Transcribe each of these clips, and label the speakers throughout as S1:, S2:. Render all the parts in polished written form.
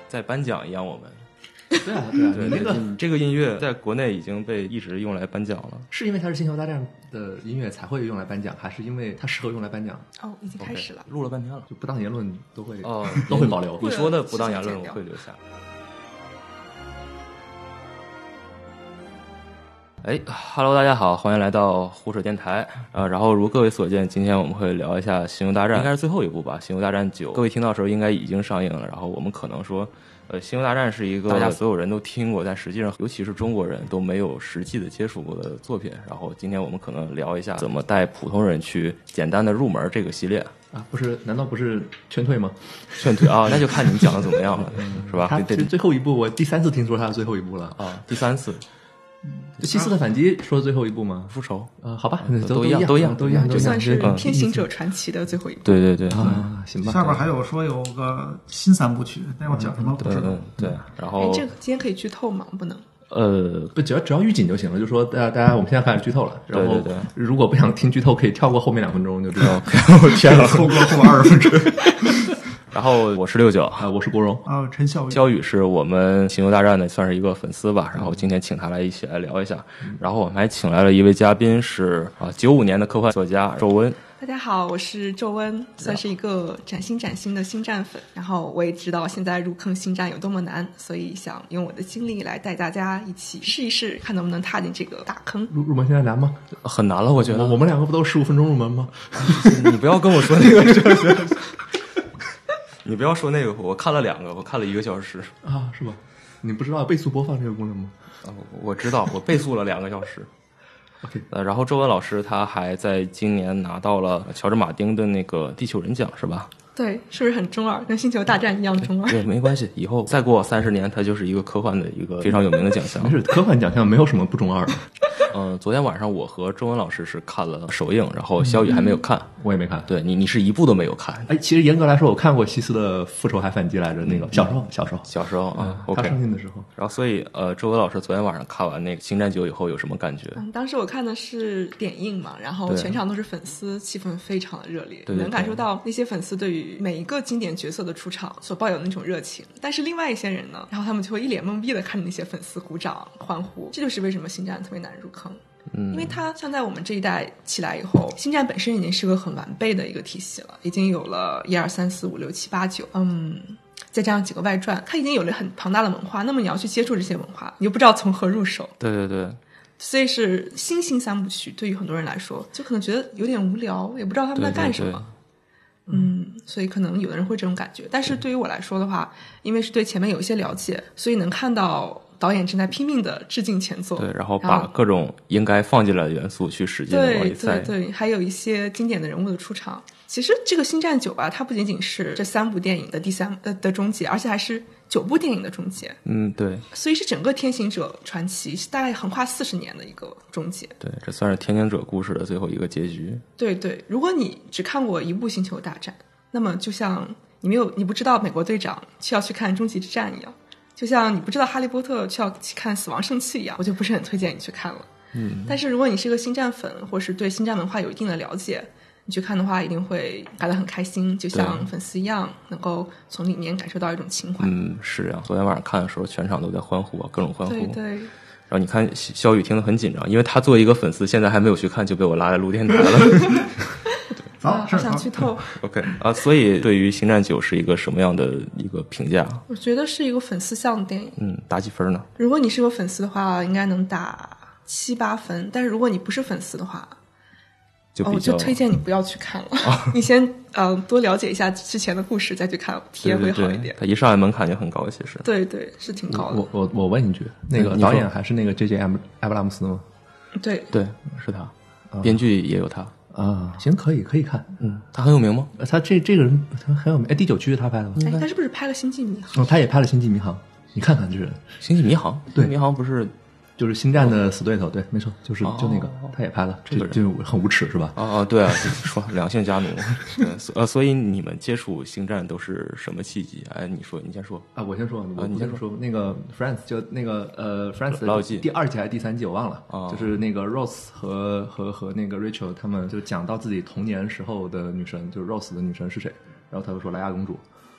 S1: 在颁奖一样，我们。
S2: 对啊，对啊，
S1: 对，
S2: 你那个
S1: 这个音乐在国内已经被一直用来颁奖了。
S2: 是因为它是星球大战的音乐才会用来颁奖，还是因为它适合用来颁奖？
S3: 哦，已经开始了，
S1: 录了半天了，
S2: 就不当言论都会
S1: 都
S2: 会保留。
S1: 你说的不当言论我会留下。Hello， 大家好，欢迎来到湖水电台。然后如各位所见，今天我们会聊一下《星球大战》，应该是最后一部吧，《星球大战9》。各位听到的时候应该已经上映了。然后我们可能说，《星球大战》是一个大家所有人都听过，但实际上，尤其是中国人都没有实际的接触过的作品。然后今天我们可能聊一下怎么带普通人去简单的入门这个系列。
S2: 啊，不是？难道不是劝退吗？
S1: 劝退啊，那就看你们讲的怎么样了，是吧？
S2: 它是最后一部，我第3次听说它是最后一部了
S1: 啊，第3次。
S2: 西斯的反击说最后一部吗？
S1: 复仇
S2: 好吧，
S1: 都一样，
S3: 就算是天行者传奇的最后一部。
S1: 对
S2: 啊，行吧。
S4: 下边还有说有个新3部曲，但要讲什么不知道。
S1: 对，然后
S3: 这个今天可以剧透吗？不能。
S2: 不，只要预警就行了。就说大家，我们现在开始剧透了。然后，
S1: 对，
S2: 如果不想听剧透，可以跳过后面2分钟就知道。
S1: 我天哪，
S4: 错过后20分钟。
S1: 然后我是69
S2: 我是国荣
S4: 陈小雨。
S1: 肖宇是我们星球大战的算是一个粉丝吧，然后今天请他来一起来聊一下。然后我们还请来了一位嘉宾是95年的科幻作家周温。
S3: 大家好，我是周温，算是一个崭新的星战粉。然后我也知道现在入坑星战有多么难，所以想用我的经历来带大家一起试一试，看能不能踏进这个大坑。
S2: 入门现在难吗？
S1: 很难了，我觉得。
S2: 我们2个不都15分钟入门吗？
S1: 你不要跟我说那个。你不要说那个，我看了2个，我看了1个小时
S2: 啊，是吧？你不知道倍速播放这个功能吗？
S1: 我知道，我倍速了2个小时。
S2: OK，
S1: 然后周文老师他还在今年拿到了乔治马丁的那个地球人奖，是吧？
S3: 对，是不是很中二，跟星球大战一样中二？
S1: 对，没关系，以后再过30年，它就是一个科幻的一个非常有名的奖项。
S2: 没事，科幻奖项没有什么不中二的。
S1: 昨天晚上我和周文老师是看了首映，然后肖宇还没有看，
S2: 我也没看。
S1: 对，你是一部都没有看。
S2: 其实严格来说，我看过西斯的《复仇还反击》来着，那个小时候啊，他上映的时候。
S1: 然后所以周文老师昨天晚上看完那个《星战9》以后有什么感觉？
S3: 当时我看的是点映嘛，然后全场都是粉丝，气氛非常的热烈，
S1: 对，
S3: 能感受到那些粉丝对于每一个经典角色的出场所抱有的那种热情。但是另外一些人呢，然后他们就会一脸懵逼的看着那些粉丝鼓掌欢呼。这就是为什么星战特别难入坑。因为它像在我们这一代起来以后，星战本身已经是个很完备的一个体系了，已经有了1、2、3、4、5、6、7、8、9，再加上几个外传，它已经有了很庞大的文化。那么你要去接触这些文化，你又不知道从何入手。
S1: 对，
S3: 所以是新3部曲对于很多人来说，就可能觉得有点无聊，也不知道他们在干什么。所以可能有的人会这种感觉。但是对于我来说的话，因为是对前面有一些了解，所以能看到导演正在拼命的致敬前作，
S1: 对，然后把各种应该放进来的元素去使劲的往里塞，
S3: 对，还有一些经典的人物的出场。其实这个《星战9》吧，它不仅仅是这3部电影的的终结，而且还是9部电影的终结。
S1: 对，
S3: 所以是整个天行者传奇是大概横跨40年的一个终结。
S1: 对，这算是天行者故事的最后一个结局。
S3: 对，如果你只看过一部《星球大战》，那么就像你不知道美国队长却要去看终极之战一样，就像你不知道哈利波特却要去看死亡圣器一样，我就不是很推荐你去看了。但是如果你是个星战粉，或是对星战文化有一定的了解，你去看的话一定会感到很开心，就像粉丝一样，能够从里面感受到一种情怀。
S1: 是啊，昨天晚上看的时候全场都在欢呼啊，各种欢呼。
S3: 对。
S1: 然后你看肖宇听得很紧张，因为他作为一个粉丝现在还没有去看，就被我拉来录电台了。
S3: 好想剧透。
S1: OK 所以对于《星战9》是一个什么样的一个评价？
S3: 我觉得是一个粉丝向的电影。
S1: 打几分呢？
S3: 如果你是个粉丝的话，应该能打7、8分。但是如果你不是粉丝的话，我就推荐你不要去看了。你先多了解一下之前的故事再去看，体验会好一点。
S1: 他一上来门槛就很高，其实。
S3: 对，是挺高的。
S2: 我问一句，那个导演还是那个 J.J. 埃布拉姆斯吗？
S3: 对，
S1: 是他，编剧也有他。
S2: 行，可以看。
S1: 他很有名吗？
S2: 他这个人他很有名。第9区是他拍的吗？
S3: 他是不是拍了《星际迷航》？
S2: 他也拍了《星际迷航》。你看看这人，《
S1: 星际迷航》
S2: 对，
S1: 迷航不是
S2: 就是星战的死对头，对，没错，就那个，他也拍了，这个就很无耻是吧？
S1: 对啊，说两性家奴。所以你们接触星战都是什么契机？你先说
S2: 啊，我先说，
S1: 你先说。
S2: 那个 Friends 就那个Friends
S1: 老友记
S2: 第2季还是第3季我忘了，就是那个 Rose 和那个 Rachel 他们就讲到自己童年时候的女神，就是 Rose 的女神是谁，然后他就说莱娅公主。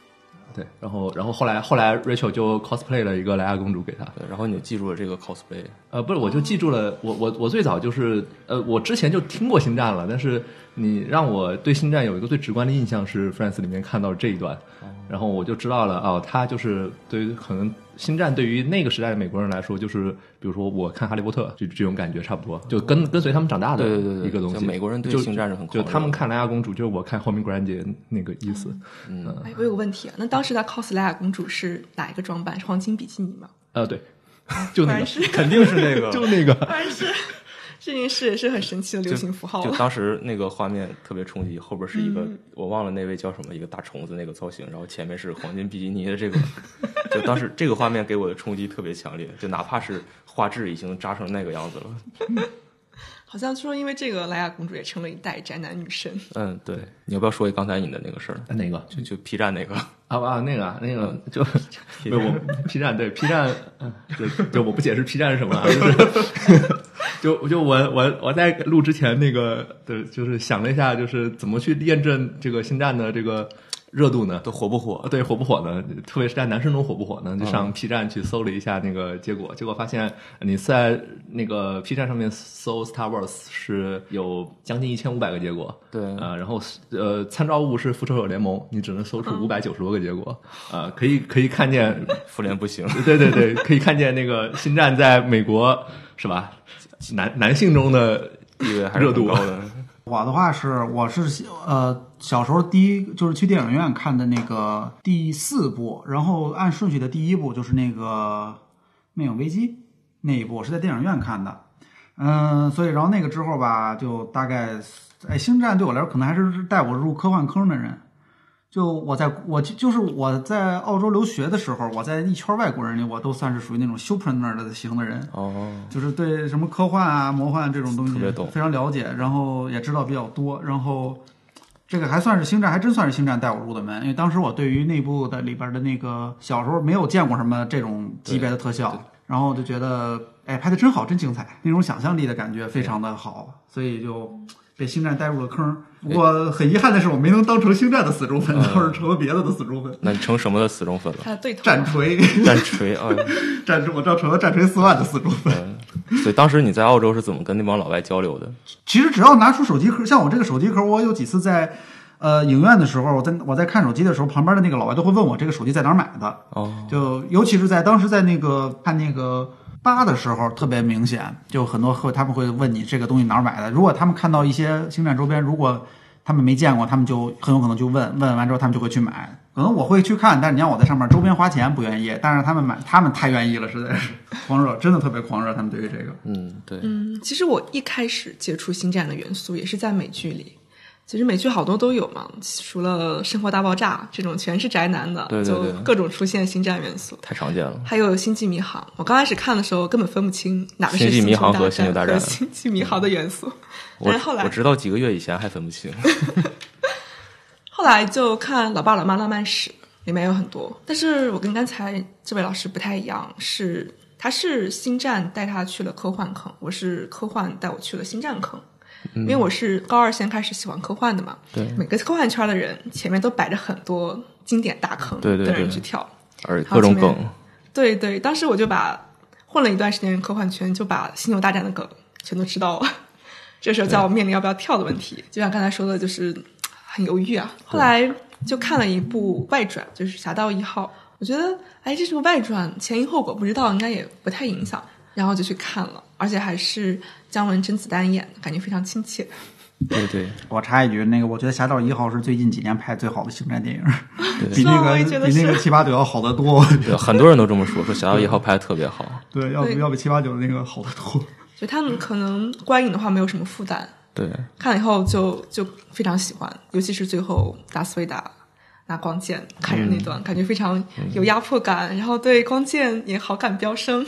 S2: 对，然后后来 Rachel 就 cosplay 了一个莱娅公主给他，
S1: 对，然后你就记住了这个 cosplay。
S2: 不是，我就记住了，我最早就是我之前就听过星战了，但是你让我对星战有一个最直观的印象是 Friends 里面看到这一段，然后我就知道了他就是对于可能星战对于那个时代的美国人来说，就是比如说我看哈利波特这种感觉差不多，就跟随他们长大的一个东西。
S1: 美国人对星战是很
S2: 就他们看莱娅公主，就是我看后面果然姐那个意思。
S3: 我有个问题啊，那当时他 cos 莱娅公主是哪一个装扮？是黄金比基尼吗？
S2: 对，就那个，
S1: 肯定是那个，
S2: 就那个。
S3: 当然是。这件事也是很神奇的流行符号。
S1: 就当时那个画面特别冲击，后边是一个我忘了那位叫什么，一个大虫子那个造型，然后前面是黄金比基尼的这个，就当时这个画面给我的冲击特别强烈，就哪怕是画质已经扎成那个样子了。
S3: 好像说因为这个莱娅公主也成了一代宅男女神。
S1: 对，你要不要说刚才你的那个事儿？
S2: 哪个？
S1: 就 P 站那个
S2: 那个就我 P 站对 P 站，就我不解释 P 站是什么，就是我在录之前那个就是想了一下，就是怎么去验证这个星战的这个热度呢？
S1: 都火不火？
S2: 对，火不火呢？特别是在男生中火不火呢？就上 P 站去搜了一下那个结果发现你在那个 P 站上面搜 Star Wars 是有将近1500个结果。
S1: 对，
S2: 然后参照物是复仇者联盟，你只能搜出590多个结果。可以看见
S1: 复联不行。
S2: 对，可以看见那个星战在美国是吧？男性中的
S1: 地位还是很高的。
S4: 我的话是，我是小时候就是去电影院看的那个第4部，然后按顺序的第1部就是那个魅影危机那一部，我是在电影院看的。所以然后那个之后吧，就大概星战对我来说可能还是带我入科幻坑的人。就我在澳洲留学的时候，我在一圈外国人里，我都算是属于那种 super nerd 型的人。就是对什么科幻啊、魔幻这种东西非常了解，然后也知道比较多。然后这个还算是星战，还真算是星战带我入的门，因为当时我对于内部的里边的那个小时候没有见过什么这种级别的特效，然后就觉得拍得真好，真精彩，那种想象力的感觉非常的好，所以就被星战带入了坑。不过很遗憾的是，我没能当成星战的死忠粉，倒是成了别的死忠粉。
S1: 那你成什么的死忠粉了？
S3: 他的对头
S4: 战锤啊！我成了战锤4万的死忠粉。
S1: 所以当时你在澳洲是怎么跟那帮老外交流的？
S4: 其实只要拿出手机壳，像我这个手机壳，我有几次在影院的时候，我在看手机的时候，旁边的那个老外都会问我这个手机在哪儿买的。就尤其是当时在那个看那个8的时候特别明显，就很多他们会问你这个东西哪儿买的。如果他们看到一些星战周边，如果他们没见过，他们就很有可能就问完之后他们就会去买。可能我会去看，但是你让我在上面周边花钱不愿意，但是他们太愿意了，实在是狂热，真的特别狂热，他们对于这个。
S1: 对。
S3: 其实我一开始接触星战的元素也是在美剧里。其实美剧好多都有嘛，除了《生活大爆炸》这种全是宅男的，
S1: 对，
S3: 就各种出现星战元素，
S1: 太常见了。
S3: 还有《星际迷航》，我刚开始看的时候根本分不清哪个是
S1: 星际迷航和星球大战、
S3: 星际迷航的元素，但是后来
S1: 我直到几个月以前还分不清。
S3: 后来就看《老爸老妈浪漫史》，里面有很多，但是我跟刚才这位老师不太一样，他是星战带他去了科幻坑，我是科幻带我去了星战坑。因为我是高2先开始喜欢科幻的嘛，
S1: 对，
S3: 每个科幻圈的人前面都摆着很多经典大坑，
S1: 对，
S3: 等人去跳，
S1: 而各种梗，
S3: 对，当时我就混了一段时间科幻圈，就把星球大战的梗全都知道了。这时候叫我面临要不要跳的问题，就像刚才说的，就是很犹豫啊。后来就看了一部外传，就是《侠盗1号》，我觉得这是个外传，前因后果不知道，应该也不太影响，然后就去看了，而且还是姜文甄子丹演的，感觉非常亲切。
S1: 对，
S4: 我插一句，我觉得《侠盗1号》是最近几年拍最好的星战电影，比
S3: 那
S4: 个7、8、9要好得多。
S1: 对，很多人都这么说《侠盗1号》拍的特别好。
S4: 对，要比7、8、9的那个好得多。
S3: 就他们可能观影的话没有什么负担，
S1: 对，
S3: 看了以后就非常喜欢，尤其是最后达斯维达拿光剑砍人那段，感觉非常有压迫感，然后对光剑也好感飙升。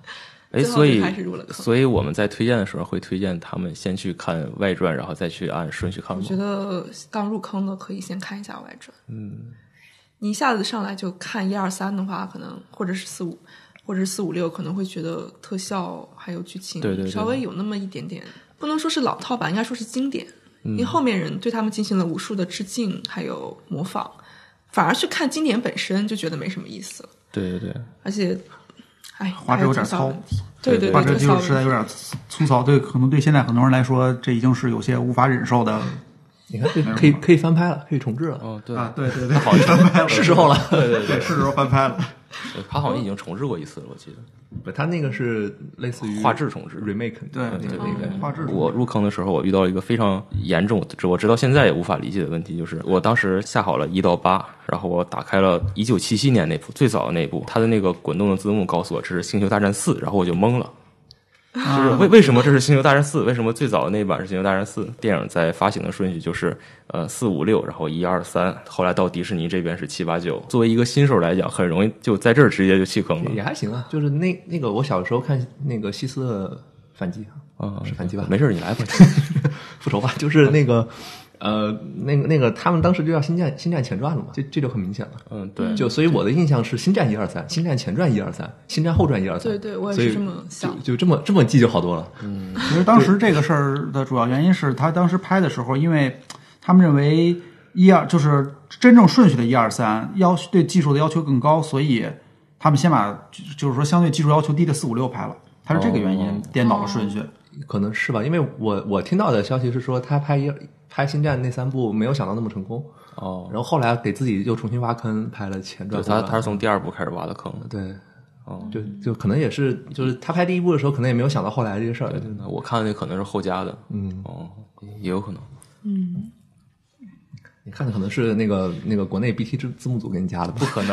S1: 所以我们在推荐的时候会推荐他们先去看外传，然后再去按顺序看吗？
S3: 我觉得刚入坑的可以先看一下外传。你一下子上来就看1、2、3的话，可能或者是4、5，或者是4、5、6，可能会觉得特效还有剧情
S1: 对
S3: 稍微有那么一点点，不能说是老套吧，应该说是经典。因为后面人对他们进行了无数的致敬还有模仿， 反而去看经典本身就觉得没什么意思了。
S1: 对对对，
S3: 而且，
S4: 画质有点糙，
S3: 对对，
S4: 画质就实在有点粗糙，对，可能对现在很多人来说，这已经是有些无法忍受的。
S2: 你看，可以翻拍了，可以重置了。
S1: 哦，对
S4: 啊，对对对，
S1: 好像
S4: 翻拍了，
S2: 是时候了。
S1: 对对对，
S4: 是时候翻拍了。
S1: 他好像已经重置过一次了，我记得。
S2: 不，他那个是类似于
S1: 画质重置
S2: remake，
S4: 对
S1: 对对对，
S4: 画质。
S1: 我入坑的时候，我遇到一个非常严重，我直到现在也无法理解的问题，就是我当时下好了1到8，然后我打开了1977年那部最早的那部，它的那个滚动的字幕告诉我这是《星球大战4》，然后我就懵了。就是为什么这是《星球大战4》？为什么最早的那版是《星球大战4》？电影在发行的顺序就是4、5、6，然后1、2、3，后来到迪士尼这边是7、8、9。作为一个新手来讲，很容易就在这儿直接就弃坑了。
S2: 也还行啊，就是那个我小时候看那个西斯的反击是反击吧？
S1: 没事，你来吧，
S2: 复仇吧，就是那个。那个，他们当时就叫星战前传了嘛，这就很明显了。
S1: 嗯，对，
S2: 就所以我的印象是星战1、2、3，星战前传1、2、3，星战后传1、2、3。
S3: 对对，我也是这么想。
S2: 就这么记就好多了。
S4: 嗯，其实当时这个事儿的主要原因是他当时拍的时候，因为他们认为1、2就是真正顺序的1、2、3对技术的要求更高，所以他们先把就是说相对技术要求低的4、5、6拍了，他是这个原因颠倒了顺序。
S2: 可能是吧，因为我听到的消息是说他拍星战那3部没有想到那么成功
S1: 哦，
S2: 然后后来给自己又重新挖坑，拍了前传。
S1: 他是从第2部开始挖的坑。
S2: 对，哦，就可能也是，就是他拍第1部的时候，可能也没有想到后来这个事儿。
S1: 对，我看的那可能是后加的，也有可能。
S3: 嗯，
S2: 你看的可能是那个国内 BT 字幕组给你加的，
S1: 不可能。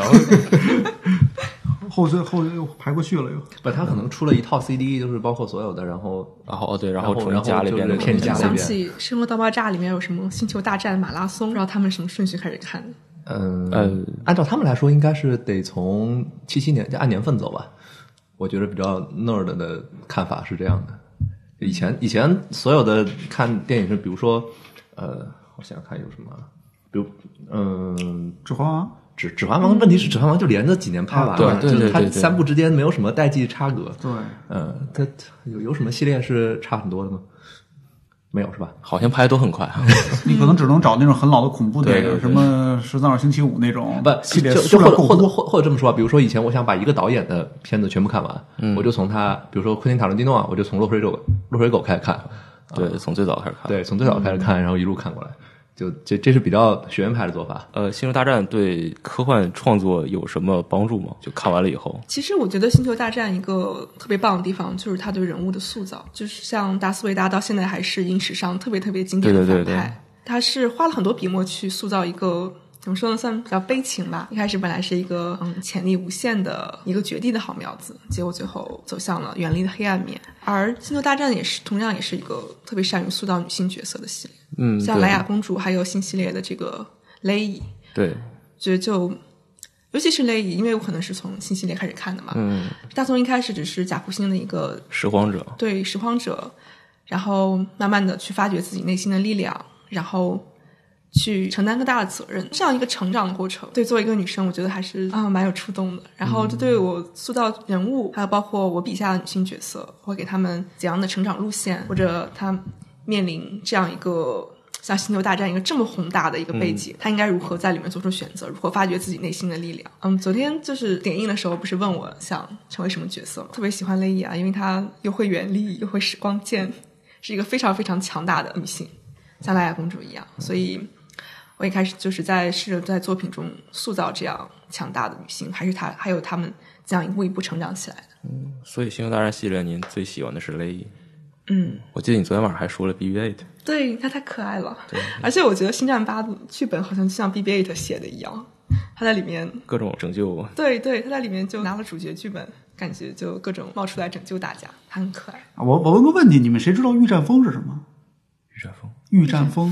S4: 后又排过去了又。
S2: 不，他可能出了一套 CD， 就是包括所有的，然后
S1: 对，然后重新加了一遍的
S2: 片加了一遍。
S3: 想起《生活大爆炸》里面有什么星球大战马拉松，不知道他们什么顺序开始看的。
S2: 按照他们来说，应该是得从77年就按年份走吧。我觉得比较 nerd 的看法是这样的。以前所有的看电影是，比如说我想想看有什么，比如
S4: 指环王。
S2: 指环王，问题是指环王就连着几年拍完了，
S1: 对，
S2: 它3部之间没有什么代际差隔。
S4: 对，
S2: 它有什么系列是差很多的吗？没有是吧？
S1: 好像拍的都很快。
S4: 你可能只能找那种很老的恐怖电影，什么13号星期五那种系列，
S2: 就或者这么说，比如说以前我想把一个导演的片子全部看完，我就从他，比如说昆汀塔伦蒂诺，我就从落水狗开始看。
S1: 对，从最早开始看。
S2: 对，从最早开始看，然后一路看过来。这是比较学院派的做法。
S1: 星球大战对科幻创作有什么帮助吗？就看完了以后，
S3: 其实我觉得星球大战一个特别棒的地方就是它对人物的塑造，就是像达斯维达到现在还是影史上特别特别经典的反派，他是花了很多笔墨去塑造一个怎么说呢，算比较悲情吧。一开始本来是一个潜力无限的一个绝地的好苗子，结果最后走向了远离的黑暗面。而星球大战同样也是一个特别善于塑造女性角色的系列。像莱娅公主，还有新系列的这个雷伊，
S1: 对，
S3: 觉得尤其是雷伊，因为我可能是从新系列开始看的嘛，他从一开始只是贾库星的一个
S1: 拾荒者，
S3: 对，拾荒者，然后慢慢的去发掘自己内心的力量，然后去承担更大的责任，这样一个成长的过程，对，作为一个女生，我觉得还是蛮有触动的。然后这对我塑造人物，还有包括我笔下的女性角色，我会给他们怎样的成长路线，或者他面临这样一个像星球大战一个这么宏大的一个背景，他应该如何在里面做出选择，如何发掘自己内心的力量。昨天就是点映的时候，不是问我想成为什么角色吗？特别喜欢雷伊啊，因为她又会原力，又会使光剑，是一个非常非常强大的女性，像莱娅公主一样。所以我一开始就是试着在作品中塑造这样强大的女性，还有她们这样一步一步成长起来的。
S1: 所以星球大战系列您最喜欢的是雷伊。我记得你昨天晚上还说了 BB-8。
S3: 对，他太可爱了。而且我觉得星战8的剧本好像就像 BB-8 写的一样，他在里面
S1: 各种拯救。
S3: 对，他在里面就拿了主角剧本，感觉就各种冒出来拯救大家，他很可爱。
S4: 我问个问题，你们谁知道御战风是什么？御战风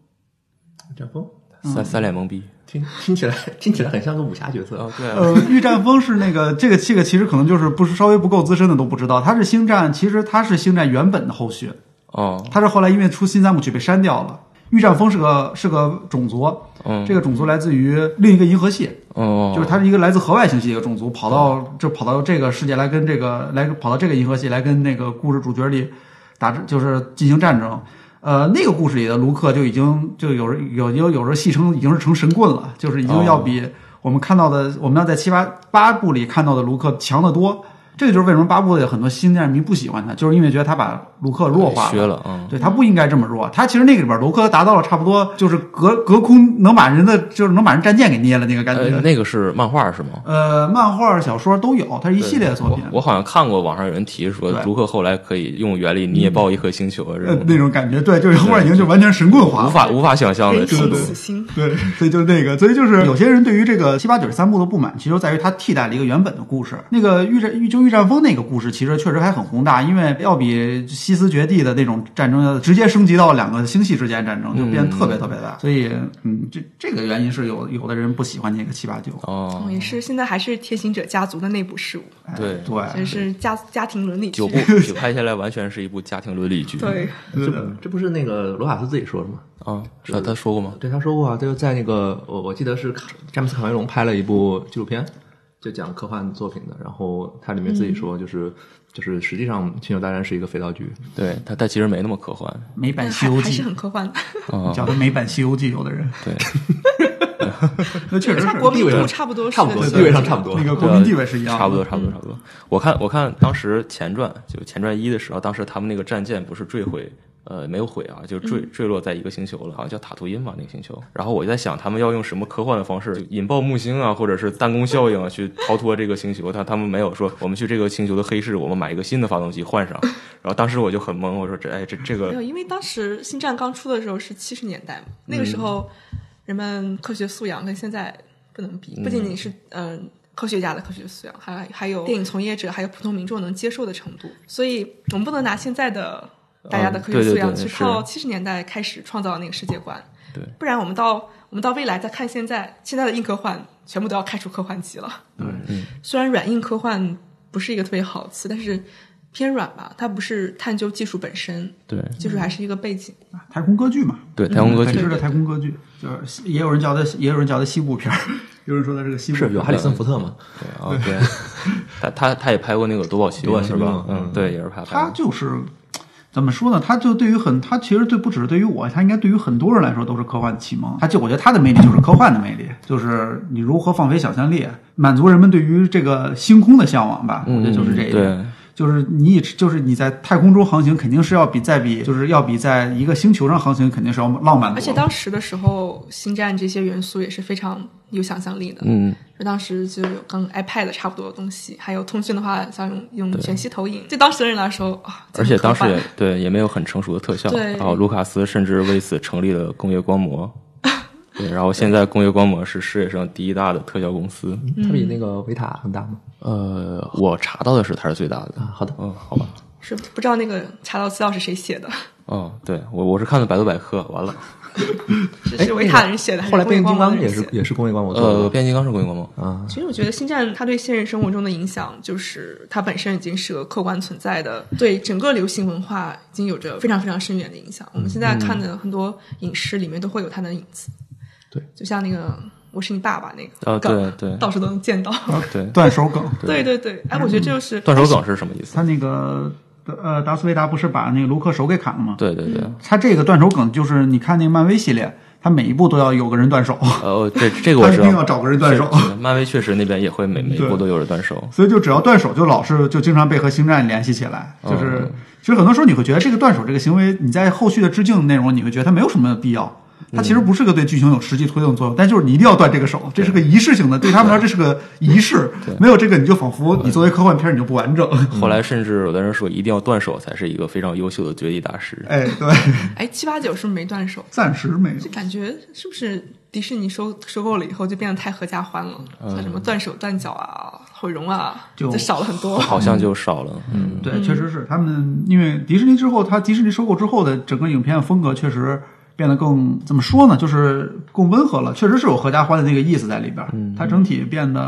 S1: 三脸懵逼，
S2: 听起来很像个武侠角色。
S1: 对，
S4: 御战风是那个这个其实可能就是不是稍微不够资深的都不知道，它是星战，其实它是星战原本的后续。它是后来因为出新3部曲被删掉了。御战风是个种族，这个种族来自于另一个银河系，就是它是一个来自河外星系的一个种族，跑到这个世界来跟跑到这个银河系来跟那个故事主角里就是进行战争。 那个故事里的卢克就已经就有时候戏称已经是成神棍了，就是已经要比我们看到的我们要在7、8部里看到的卢克强得多。这个就是为什么8部的很多新战迷不喜欢他，就是因为觉得他把卢克弱化了，
S1: 削了，
S4: 对，他不应该这么弱。他其实那个里边卢克达到了差不多就是隔空能把人战舰给捏了那个感觉。
S1: 那个是漫画是吗？
S4: 漫画小说都有，它是一系列的作品。
S1: 我好像看过网上有人提说卢克后来可以用原力捏爆一颗星球
S4: 那种感觉，对，就是后面已经就完全神棍化了，
S1: 无法想象的，
S3: 对，
S4: 所以就是那个，所以就是有些人对于这个7、8、9、3部的不满，其实在于它替代了一个原本的故事。那个御战风那个故事其实确实还很宏大，因为要比西斯绝地的那种战争直接升级到2个星系之间战争，就变得特别特别大。所以这个原因是有的人不喜欢那个7、8、9。
S3: 也是现在还是天行者家族的内部事务。
S1: 对，
S3: 就是家庭伦理剧。
S1: 9部拍下来完全是一部家庭伦理剧。
S3: 对，
S2: 这不是那个罗卡斯自己说的吗？
S1: 他说过吗？
S2: 对，他说过啊，他就在那个我记得是詹姆斯卡梅隆拍了一部纪录片，就讲科幻作品的，然后他里面自己说就是实际上星球大战是一个肥皂剧。
S1: 对，他其实没那么科幻，
S4: 美版西游记
S3: 还是很科幻的。
S4: 叫他美版西游记，有的人
S1: 对。
S4: 那确实是
S3: 国民度差不多，
S2: 地位上差不多，
S4: 那个国民地位是一样的，
S1: 差不多。我看当时前传1的时候，当时他们那个战舰不是坠毁，没有毁啊，就坠落在一个星球了，好像叫塔图因吧，那个星球。然后我就在想，他们要用什么科幻的方式，引爆木星啊，或者是弹弓效应啊，去逃脱这个星球。他们没有说我们去这个星球的黑市，我们买一个新的发动机换上。然后当时我就很懵，我说这个
S3: 没有，因为当时星战刚出的时候是70年代嘛，那个时候人们科学素养跟现在不能比，不仅仅是科学家的科学素养，还有电影从业者还有普通民众能接受的程度，所以我们不能拿现在的大家的科学素养去靠70年代开始创造那个世界观，
S1: 对，
S3: 不然我们到未来再看现在的硬科幻全部都要开除科幻级了。虽然软硬科幻不是一个特别好词，但是偏软吧，它不是探究技术本身，
S1: 对，
S3: 技术还是一个背景。
S4: 太空歌剧嘛，
S1: 对，太空歌剧，
S4: 本质的太空歌剧，就是也有人叫它西部片，有人说它是个西部片，
S2: 是有哈里森福特嘛？
S1: 对，他也拍过那个夺宝奇兵是吧？对，也是拍。
S4: 他就是怎么说呢？他就他其实不只是对于我，他应该对于很多人来说都是科幻的启蒙。我觉得他的魅力就是科幻的魅力，就是你如何放飞想象力，满足人们对于这个星空的向往吧。我觉得就是这一点。
S1: 对。
S4: 就是你在太空中航行，肯定是要比在一个星球上航行肯定是要浪漫的。
S3: 而且当时的时候，星战这些元素也是非常有想象力的。就当时就有跟 iPad 差不多的东西，还有通讯的话，像用全息投影，对当时的人来说
S1: 而且当时也没有很成熟的特效。
S3: 对，
S1: 然后卢卡斯甚至为此成立了工业光魔。对，然后现在工业光魔是世界上第1大的特效公司。
S2: 它比那个维塔很大吗？
S1: 我查到的是它是最大的。
S2: 好的，
S1: 好吧。
S3: 是不知道那个查到资料是谁写的？
S1: 对，我是看的百度百科，完了。
S3: 是维塔人写的，
S2: 后来变形金刚也是工业光魔做的。
S1: 变形金刚是工业光魔啊。
S3: 其实我觉得星战它对现实生活中的影响，就是它本身已经是个客观存在的，对整个流行文化已经有着非常非常深远的影响。我们现在看的很多影视里面都会有它的影子。
S2: 对，
S3: 就像那个我是你爸爸那个梗，
S1: 对，
S3: 到处都能见到。
S4: 对，断手梗。
S3: 对，我觉得这就是
S1: 断手梗是什么意思？
S4: 他那个达斯维达不是把那个卢克手给砍了吗？
S1: 对，
S4: 他这个断手梗就是你看那个漫威系列，他每一部都要有个人断手。
S1: 这个我知道，
S4: 他一定要找个人断手。
S1: 漫威确实那边也会每一部都有人断手，
S4: 所以就只要断手就经常被和星战联系起来。就是其实很多时候你会觉得这个断手这个行为，你在后续的致敬内容你会觉得它没有什么必要。它其实不是个对剧情有实际推动作用，但就是你一定要断这个手，这是个仪式性的，对他们来说这是个仪式，没有这个你就仿佛你作为科幻片你就不完整。
S1: 后来甚至有的人说一定要断手才是一个非常优秀的绝地大师。
S4: 对。
S3: 7、8、9是不是没断手？
S4: 暂时没有。
S3: 就感觉是不是迪士尼收购了以后就变得太合家欢了，像什么断手断脚啊、毁容啊，就少了很多。
S1: 好像就少了。
S4: 对，确实是他们因为迪士尼收购之后的整个影片风格确实变得更怎么说呢，就是更温和了，确实是有合家欢的那个意思在里边。它整体变得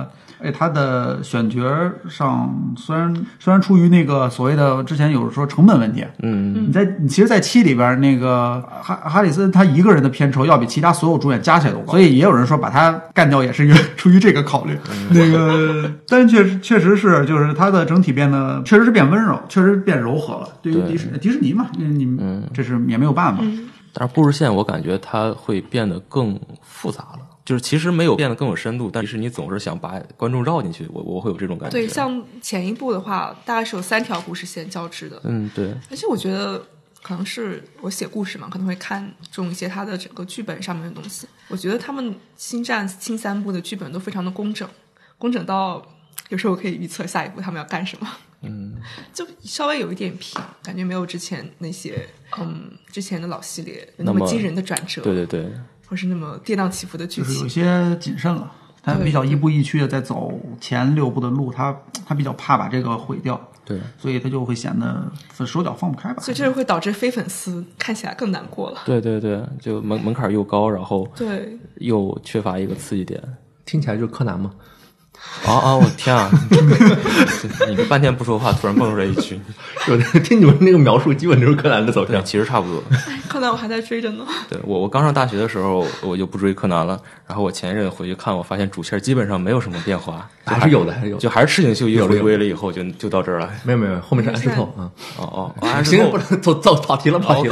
S4: 他的选角上虽然出于那个所谓的之前有说成本问题，你其实，在7里边那个哈里森他一个人的片酬要比其他所有主演加起来都高，所以也有人说把他干掉也是出于这个考虑。那个，但确实是就是他的整体确实是变温柔，确实变柔和了。对于迪士尼嘛，这是也没有办法。
S1: 但是故事线我感觉它会变得更复杂了。就是其实没有变得更有深度，但是你总是想把观众绕进去，我会有这种感觉。
S3: 对，像前一部的话，大概是有3条故事线交织的。
S1: 对。
S3: 而且我觉得可能是我写故事嘛，可能会看重一些它的整个剧本上面的东西。我觉得他们星战新3部的剧本都非常的工整到有时候我可以预测下一步他们要干什么。就稍微有一点平，感觉没有之前那些之前的老系列那么惊人的转折。
S1: 对。
S3: 或是那么跌宕起伏的剧情，
S4: 就是有些谨慎了，他比较亦步亦趋的在走前6部的路，他比较怕把这个毁掉，
S1: 对，
S4: 所以他就会显得手脚放不开吧。
S3: 所以这会导致非粉丝看起来更难过了。
S1: 对，就门槛又高，然后
S3: 对
S1: 又缺乏一个刺激点，
S2: 听起来就是柯南吗？
S1: 我天啊！你半天不说话，突然蹦出来一句，
S2: 我听你们那个描述，基本就是柯南的走向。
S1: 其实差不多。
S3: 柯南我还在追着呢。
S1: 对，我刚上大学的时候，我就不追柯南了。然后我前一阵回去看，我发现主线基本上没有什么变化，
S2: 还是有的，
S1: 就还是赤井秀一回归了以后就到这儿了。
S2: 没有，后面是安室透啊。
S1: 行，
S2: 不能走跑题了。
S1: 好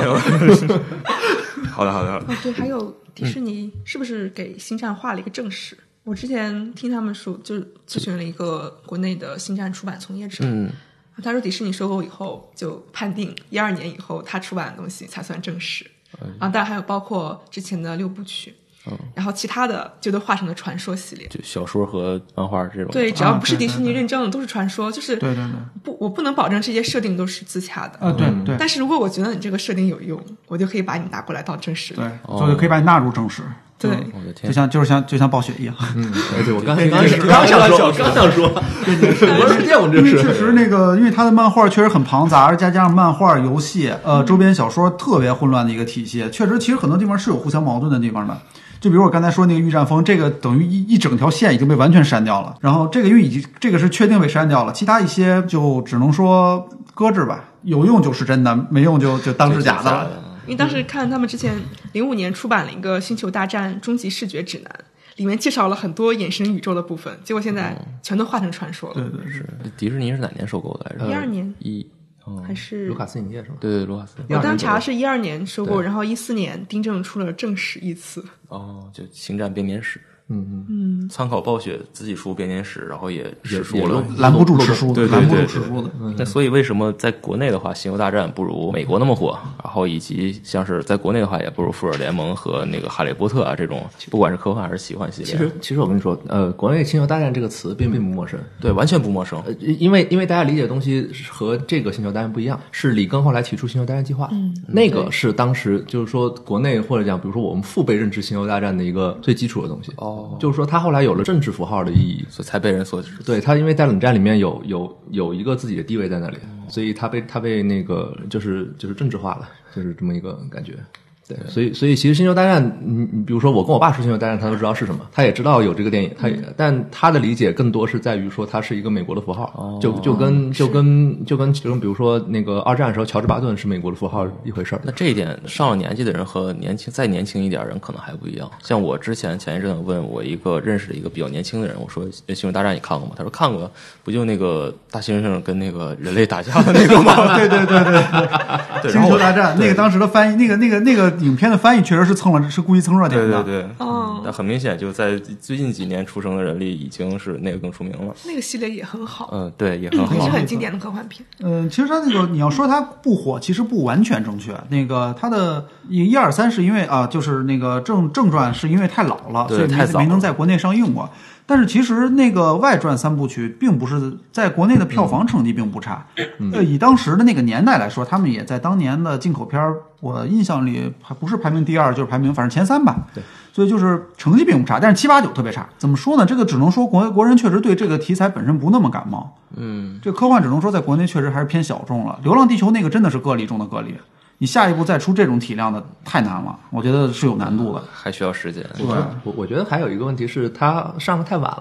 S1: 的。
S3: 对，还有迪士尼是不是给星战画了一个正史？我之前听他们说，就是咨询了一个国内的星战出版从业者，他说迪士尼收购以后就判定12年以后他出版的东西才算正史，当然还有包括之前的6部曲，然后其他的就都画成了传说系列，
S1: 就小说和漫画这种。
S3: 对，只要不是迪士尼认证的都是传说，就是
S4: 对，
S3: 我不能保证这些设定都是自洽的，
S4: 对。
S3: 但是如果我觉得你这个设定有用，我就可以把你拿过来当正史，
S4: 对，所以就可以把你纳入正史。
S3: 对，
S1: 我的天，
S4: 就像暴雪一样。
S2: 对，我刚想说，我是见过这事。
S4: 确实，因为他的漫画确实很庞杂，加上漫画、游戏、周边小说特别混乱的一个体系。确实，其实很多地方是有互相矛盾的地方的。就比如我刚才说那个御战风，这个等于一整条线已经被完全删掉了。然后这个因为这个是确定被删掉了，其他一些就只能说搁置吧。有用就是真的，没用就当是假的了。
S3: 因为当时看他们之前05年出版了一个《星球大战终极视觉指南》，里面介绍了很多衍生宇宙的部分，结果现在全都化成传说了。
S4: 对，是。
S1: 迪士尼是哪年收购的来着？
S3: 12年还是
S2: 卢卡斯影业是吧？
S1: 对，卢卡斯。
S3: 我当查是12年收购，然后14年丁正出了正史一词。
S1: 就星战编年史。参考暴雪自己出编年史，然后也史书了，
S4: 拦不住史书的，拦不住史书的。
S1: 那所以为什么在国内的话，《星球大战》不如美国那么火？然后以及像是在国内的话，也不如《复仇者联盟》和那个《哈利波特》啊这种，不管是科幻还是奇幻系列。
S2: 其实我跟你说，国内《星球大战》这个词并不陌生，
S1: 对，完全不陌生。
S2: 因为大家理解的东西和这个《星球大战》不一样，是里根后来提出《星球大战》计划，那个是当时就是说国内或者讲，比如说我们父辈认知《星球大战》的一个最基础的东西。就是说他后来有了政治符号的意义，
S1: 所以才被人所
S2: 对他，因为在冷战里面有一个自己的地位在那里，所以他被那个就是政治化了，就是这么一个感觉。对，所以其实《星球大战》，你比如说我跟我爸说《星球大战》，他都知道是什么，他也知道有这个电影，但他的理解更多是在于说它是一个美国的符号，就跟比如说那个二战的时候，乔治巴顿是美国的符号一回事儿。
S1: 那这一点上了年纪的人和再年轻一点人可能还不一样。像我之前一阵问我一个认识的一个比较年轻的人，我说《星球大战》你看过吗？他说看过，不就那个大猩猩跟那个人类打架的那个吗？
S4: 对，星球大战那个当时的翻译，那个影片的翻译确实是故意蹭热点的。
S1: 对，但很明显就在最近几年出生的人里，已经是那个更出名了。
S3: 那个系列也很好，
S1: 对，也很好，
S3: 也是很经典的科幻片。
S4: 其实它那个你要说它不火，其实不完全正确。那个它的1、2、3是因为就是那个正传是因为太老了，所以没能在国内上映过。但是其实那个外传3部曲并不是在国内的票房成绩并不差，以当时的那个年代来说，他们也在当年的进口片，我印象里还不是排名第2，就是排名反正前3吧。
S2: 对，
S4: 所以就是成绩并不差，但是7、8、9特别差。怎么说呢？这个只能说国人确实对这个题材本身不那么感冒。这科幻只能说在国内确实还是偏小众了。流浪地球那个真的是个例中的个例。你下一步再出这种体量的太难了，我觉得是有难度的，
S1: 还需要时间。
S2: 我觉得还有一个问题是它上的太晚了。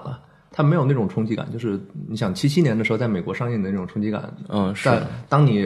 S2: 它没有那种冲击感，就是你想77年的时候在美国上映的那种冲击感，
S1: 是
S2: 在当你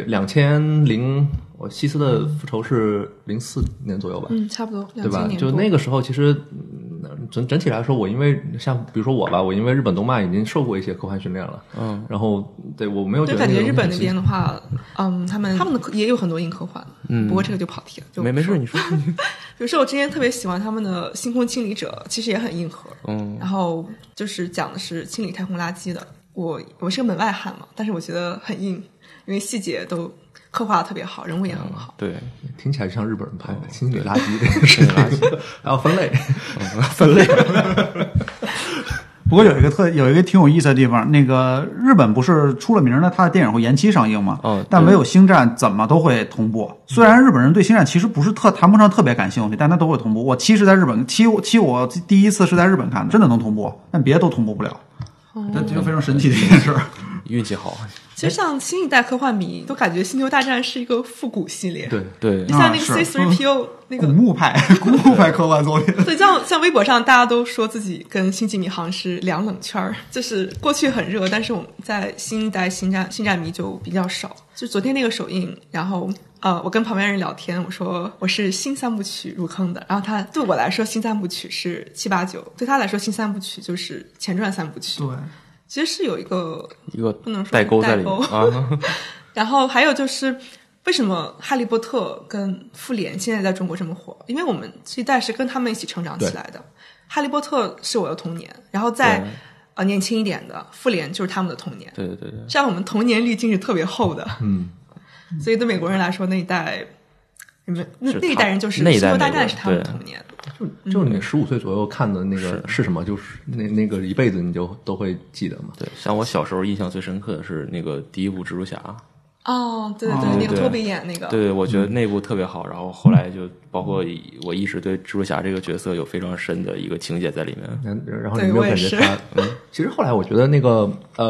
S2: 2000，我西斯的复仇是04年左右吧，
S3: 差不多，
S2: 对吧？就那个时候，其实整体来说，我因为像比如说我吧，我因为日本动漫已经受过一些科幻训练了，然后对我没有觉得
S3: 感觉日本那边的话，他们也有很多硬科幻，不过这个就跑题了，就
S1: 没事，你说。
S3: 比如说我之前特别喜欢他们的《星空清理者》，其实也很硬核，然后就是讲的是清理太空垃圾的。我是个门外汉嘛，但是我觉得很硬，因为细节都刻画的特别好，人物也很好。
S1: 对，
S2: 听起来像日本人拍的清理垃圾这个事情，还有分类，
S1: 分类。
S4: 不过有一个挺有意思的地方，那个日本不是出了名的，它的电影会延期上映吗？但唯有星战怎么都会同步。虽然日本人对星战其实不是谈不上特别感兴趣，但他都会同步。我其实在日本我第一次是在日本看的，真的能同步，但别的都同步不了。这就非常神奇的一件事。
S1: 运气好。
S3: 其实像新一代科幻迷都感觉《星球大战》是一个复古系列，
S1: 对，
S3: 你像那个 C3PO 那个
S4: 古墓派科幻作品，
S3: 对，像微博上大家都说自己跟《星际迷航》是两冷圈，就是过去很热，但是我们在新一代星战迷就比较少。就昨天那个首映，然后我跟旁边人聊天，我说我是新三部曲入坑的，然后他对我来说新三部曲是7、8、9，对他来说新三部曲就是前传三部曲。
S4: 对。
S3: 其实是有一个
S1: 不
S3: 能说
S1: 代沟在里面
S3: 然后还有就是为什么哈利波特跟复联现在在中国这么火，因为我们这一代是跟他们一起成长起来的。哈利波特是我的童年，然后再年轻一点的复联就是他们的童年。
S1: 对，
S3: 这样我们童年滤镜是特别厚的。所以对美国人来说那一代那一代人就是星球大战是他们的童年。
S2: 就你15岁左右看的那个是什么，就是那个一辈子你就都会记得嘛。
S1: 对，像我小时候印象最深刻的是那个第一部蜘蛛侠。
S3: 对，那个托比演那个。
S1: 对，我觉得那部特别好。然后后来就包括我意识对蜘蛛侠这个角色有非常深的一个情节在里面。
S2: 然后你没有感觉他其实后来我觉得那个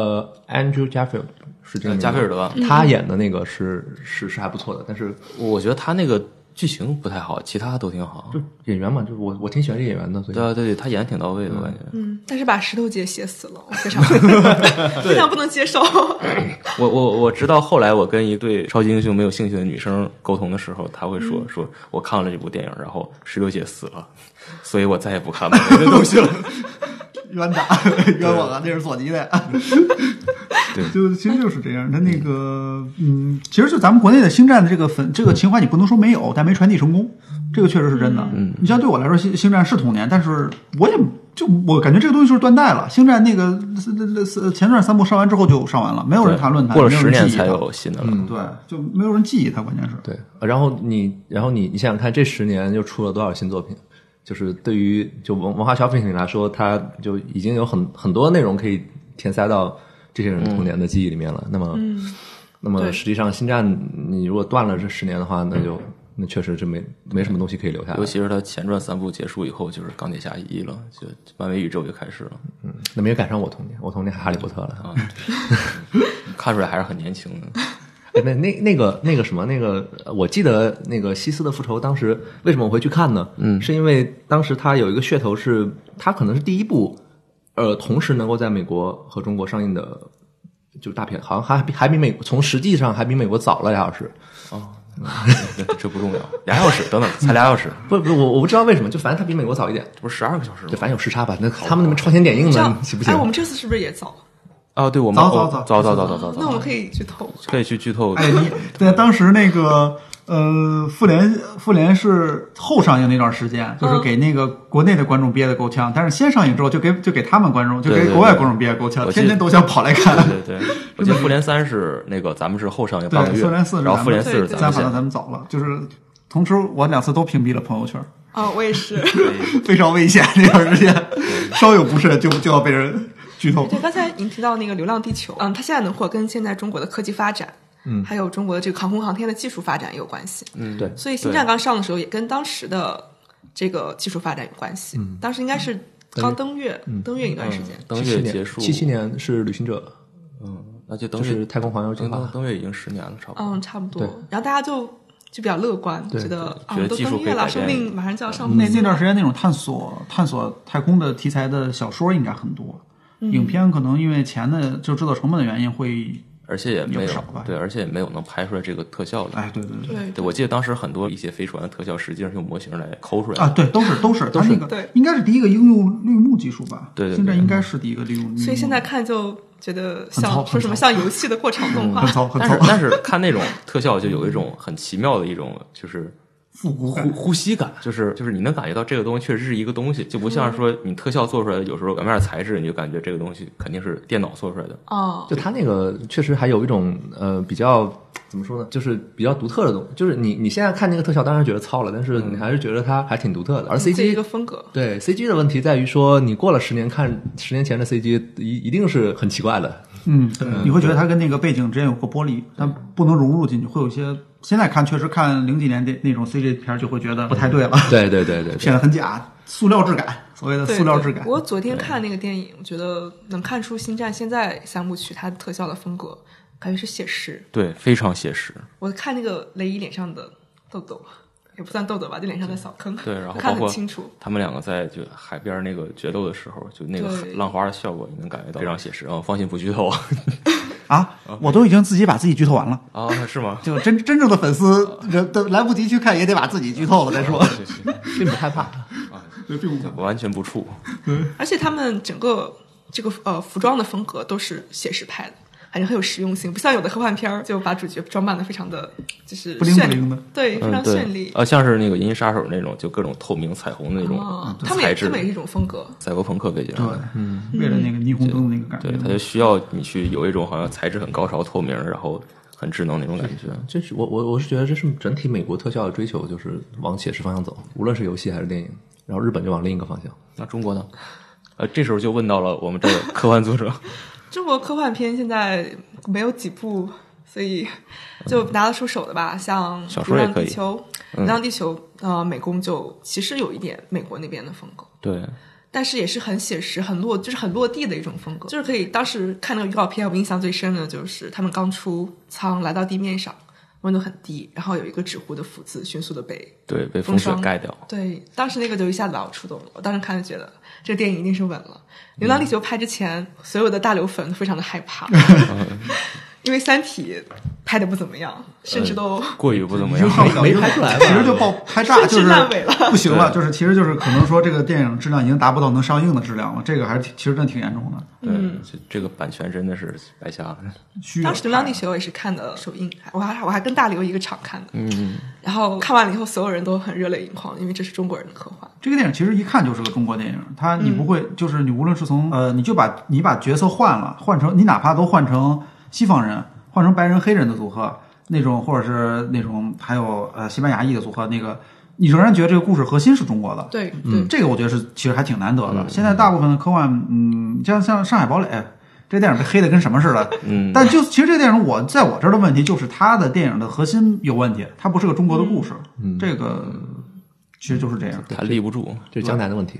S2: Andrew Garfield 是这个
S1: 加菲尔德，
S2: 他演的那个是还不错的，但是
S1: 我觉得他那个剧情不太好，其他都挺好。
S2: 就演员嘛，就我挺喜欢这演员的，所以
S1: 对，他演得挺到位的，我感觉。
S3: 但是把石头姐写死了，我非常非常不能接受。
S1: 我直到后来，我跟一对超级英雄没有兴趣的女生沟通的时候，她会说我看了这部电影，然后石头姐死了，所以我再也不看这个东西了。
S4: 冤枉啊！那是索尼的。
S1: 对，
S4: 其实就是这样。他那个，其实就咱们国内的星战的这个情怀，你不能说没有，但没传递成功，这个确实是真的。你像对我来说，星战是童年，但是我感觉这个东西就是断代了。星战那个前传3部上完之后就上完了，没有人谈论它，
S1: 过了10年才有新的了。
S4: 对，就没有人记忆它，关键是。
S2: 对，然后你想想看，这10年又出了多少新作品？就是对于就文化消费品来说，它就已经有很多内容可以填塞到这些人童年的记忆里面了。那么实际上星战你如果断了这10年的话，那确实就没什么东西可以留下来。
S1: 尤其是它前传3部结束以后，就是钢铁侠1了，就漫威宇宙就开始了。
S2: 那没有赶上我童年，我童年还哈利波特了啊，
S1: 看出来还是很年轻的。
S2: 那个什么我记得那个西斯的复仇当时为什么我会去看呢？是因为当时它有一个噱头是它可能是第一部同时能够在美国和中国上映的就大片，好像还比美国从实际上还比美国早了2小时。
S1: 这不重要，2小时等等才2小时。
S2: 不我不知道为什么，就反正它比美国早一点，
S1: 不是12个小时吗？
S2: 对，反正有时差吧。那他们那边超前点映呢，行不行？
S3: 我们这次是不是也早？
S1: 对，我们
S4: 早。
S3: 那我们可以剧透，
S1: 可以去剧透。
S4: 对，当时那个复联是后上映那段时间，就是给那个国内的观众憋得够呛，但是先上映之后就给他们观众，就给国外观众憋得够呛，天天都想跑来看。
S1: 对，我记得复联3是那个咱们是后上映半个月，
S4: 复联4
S1: 然后复联4是
S4: 咱们早了，就是同时我2次都屏蔽了朋友圈。
S3: 我也是，
S4: 非常危险，那段时间稍有不慎就要被人剧透。
S3: 对，刚才您提到那个《流浪地球》，它现在能火跟现在中国的科技发展，还有中国的这个航空航天的技术发展也有关系。
S2: 对。
S3: 所以星战刚上的时候，也跟当时的这个技术发展有关系。当时应该是刚登月一段时间。
S1: 登月结束
S2: ，77年是旅行者。
S1: 那就
S2: 就是太空环游计划。
S1: 登月已经10年了，差不多。
S3: 差不多。然后大家就比较乐观，觉得都登月了，说不定马上就要上飞机。
S4: 那段时间那种探索太空的题材的小说应该很多。 影片可能因为钱的就制作成本的原因会。
S1: 而且也没有
S4: 少吧，
S1: 对，而且也没有能拍出来这个特效的。
S4: 哎，对，
S1: 我记得当时很多一些飞船的特效实际上是用模型来抠出来的
S4: 啊，对，都是它那个
S3: 对，
S4: 应该是第一个应用绿幕技术吧？
S1: 对，
S4: 现在应该是第一个利用绿幕，
S3: 所以现在看就觉得像说什么像游戏的过场动画，
S4: 很糙。
S1: 但是看那种特效就有一种很奇妙的一种就是
S4: 复古
S1: 呼吸感，就是你能感觉到这个东西确实是一个东西，就不像说你特效做出来的有时候表面材质你就感觉这个东西肯定是电脑做出来的。
S3: 哦，
S2: 就它那个确实还有一种比较怎么说呢，就是比较独特的东西，就是你现在看那个特效当然觉得糙了，但是你还是觉得它还挺独特的。而 CG
S3: 一个风格，
S2: 对 CG 的问题在于说，你过了10年看10年前的 CG 一定是很奇怪的。
S4: 对，你会觉得它跟那个背景之间有个剥离，但不能融入进去，会有些。现在看确实看00几年的那种 CG 片就会觉得不太对了，
S2: 对，
S4: 显得很假，塑料质感，所谓的塑料质感。
S3: 我昨天看那个电影，我觉得能看出星战现在3部曲它的特效的风格，感觉是写实，
S1: 对，非常写实。
S3: 我看那个雷伊脸上的痘痘，也不算痘痘吧，就脸上的小坑，
S1: 对，然后
S3: 看得很清楚。
S1: 他们两个在就海边那个决斗的时候，就那个浪花的效果，你能感觉到非常写实。放心不剧透。
S4: 啊！我都已经自己把自己剧透完了
S1: 啊？是吗？
S4: 就真正的粉丝都来不及去看，也得把自己剧透了再说。
S2: 并不害怕
S1: 啊，并不完全不怵。
S3: 而且他们整个这个服装的风格都是写实派的，感觉很有实用性，不像有的科幻片就把主角装扮的非常的就是
S4: 不灵的，
S3: 对，非常绚丽。
S1: 像是那个《银翼杀手》那种，就各种透明彩虹的那种材质，
S3: 他们也是一种风格，
S1: 赛博朋克背景。
S4: 对，为了那个霓虹灯的那个感觉，
S1: 对，它就需要你去有一种好像材质很高潮、透明，然后很智能那种感觉。
S2: 这是我是觉得这是整体美国特效的追求，就是往写实方向走，无论是游戏还是电影。然后日本就往另一个方向。
S1: 那中国呢？这时候就问到了我们这个科幻作者。
S3: 中国科幻片现在没有几部，所以就拿得出手的吧，像《流浪地球》。《流浪地球》美工就其实有一点美国那边的风格，对，但是也是很写实、很落地的一种风格。就是可以当时看那个预告片，我印象最深的就是他们刚出舱来到地面上，温度很低，然后有一个纸糊的福字迅速的被
S1: 风雪盖掉。
S3: 对，当时那个就一下子把我触动了。我当时看就觉得这个电影一定是稳了。流浪地球拍之前，所有的大刘粉都非常的害怕。因为《三体》拍的不怎么样，甚至都
S1: 过于不怎么样，
S2: 没拍出来，
S4: 其实就拍炸，就是
S3: 烂尾了，
S4: 不行了，其实就是可能说这个电影质量已经达不到能上映的质量了，这个还是其实真挺严重的。
S1: 对，这个版权真的是白瞎了。
S3: 当时《流浪地球》也是看的首映，我还跟大刘一个场看的，然后看完了以后，所有人都很热泪盈眶，因为这是中国人的科幻。
S4: 这个电影其实一看就是个中国电影，你不会就是你无论是从你把角色换成你哪怕都换成西方人，换成白人黑人的组合那种，或者是那种还有西班牙裔的组合，那个你仍然觉得这个故事核心是中国的。
S3: 对，
S4: 这个我觉得是其实还挺难得的。现在大部分的科幻，像《上海堡垒》这个电影被黑的跟什么似的。但其实这个电影在我这儿的问题就是它的电影的核心有问题，它不是个中国的故事。这个其实就是这样，
S1: 它立不住，
S2: 这是江南的问题。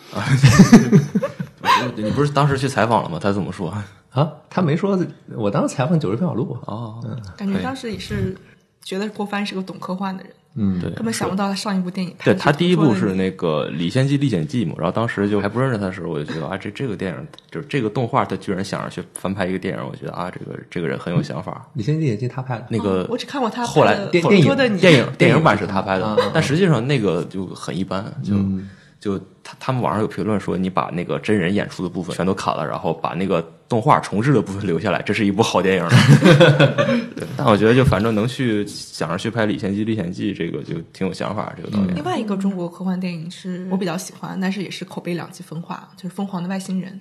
S1: 你不是当时去采访了吗？他怎么说
S2: 啊？他没说。我当时采访90分小路
S3: 感觉当时也是觉得郭帆是个懂科幻的
S1: 对，
S3: 人，根本想不到他上一部电影。
S1: 对，他第一部是那个《李献计历险记》嘛，然后当时就还不认识他的时候，我就觉得这个电影就是这个动画，他居然想着去翻拍一个电影，我觉得这个人很有想法。
S2: 李献计历险记他拍的
S1: 那个，
S3: 我只看过他
S1: 后来电影版是他拍的，但实际上那个就很一般，就他们网上有评论说，你把那个真人演出的部分全都砍了，然后把那个动画重置的部分留下来，这是一部好电影。但我觉得就反正能想着去拍《李献计历险记》，这个就挺有想法。这个导演。
S3: 另外一个中国科幻电影是我比较喜欢，但是也是口碑两极分化，就是《疯狂的外星人》。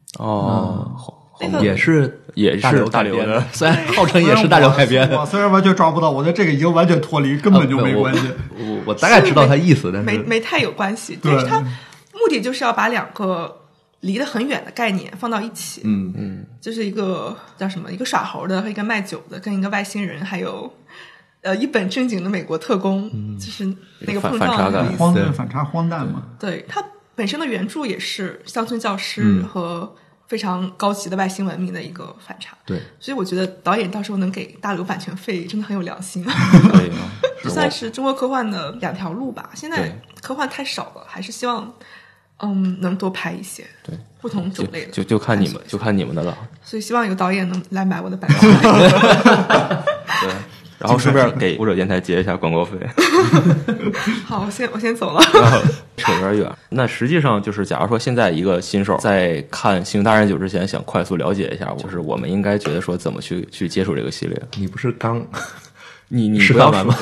S2: 也是
S1: 大刘的，
S2: 虽然号称也是大刘改编，
S4: 我虽然完全抓不到，我觉得这个已经完全脱离，根本就没关系。
S2: 我大概知道他意思，但是
S3: 没太有关系。但是他目的就是要把两个离得很远的概念放到一起。就是一个叫什么，一个耍猴的和一个卖酒的，跟一个外星人，还有一本正经的美国特工，就是那个碰撞的意思，
S4: 反差荒诞嘛。
S3: 对，他本身的原著也是乡村教师和非常高级的外星文明的一个反差。
S2: 对，
S3: 所以我觉得导演到时候能给大刘版权费，真的很有良心。算是中国科幻的两条路吧。现在科幻太少了，还是希望能多拍一些
S1: 对
S3: 不同种类的，
S1: 就看你们的了。
S3: 所以希望有导演能来买我的版权。
S1: 对，然后顺便给胡者电台结一下广告费。
S3: 好，我先走了。
S1: 然后扯有点远。那实际上就是，假如说现在一个新手在看《星球大战9》之前，想快速了解一下，就是我们应该觉得说怎么去接触这个系列。
S2: 你不是刚
S1: 你
S2: 示范完吗？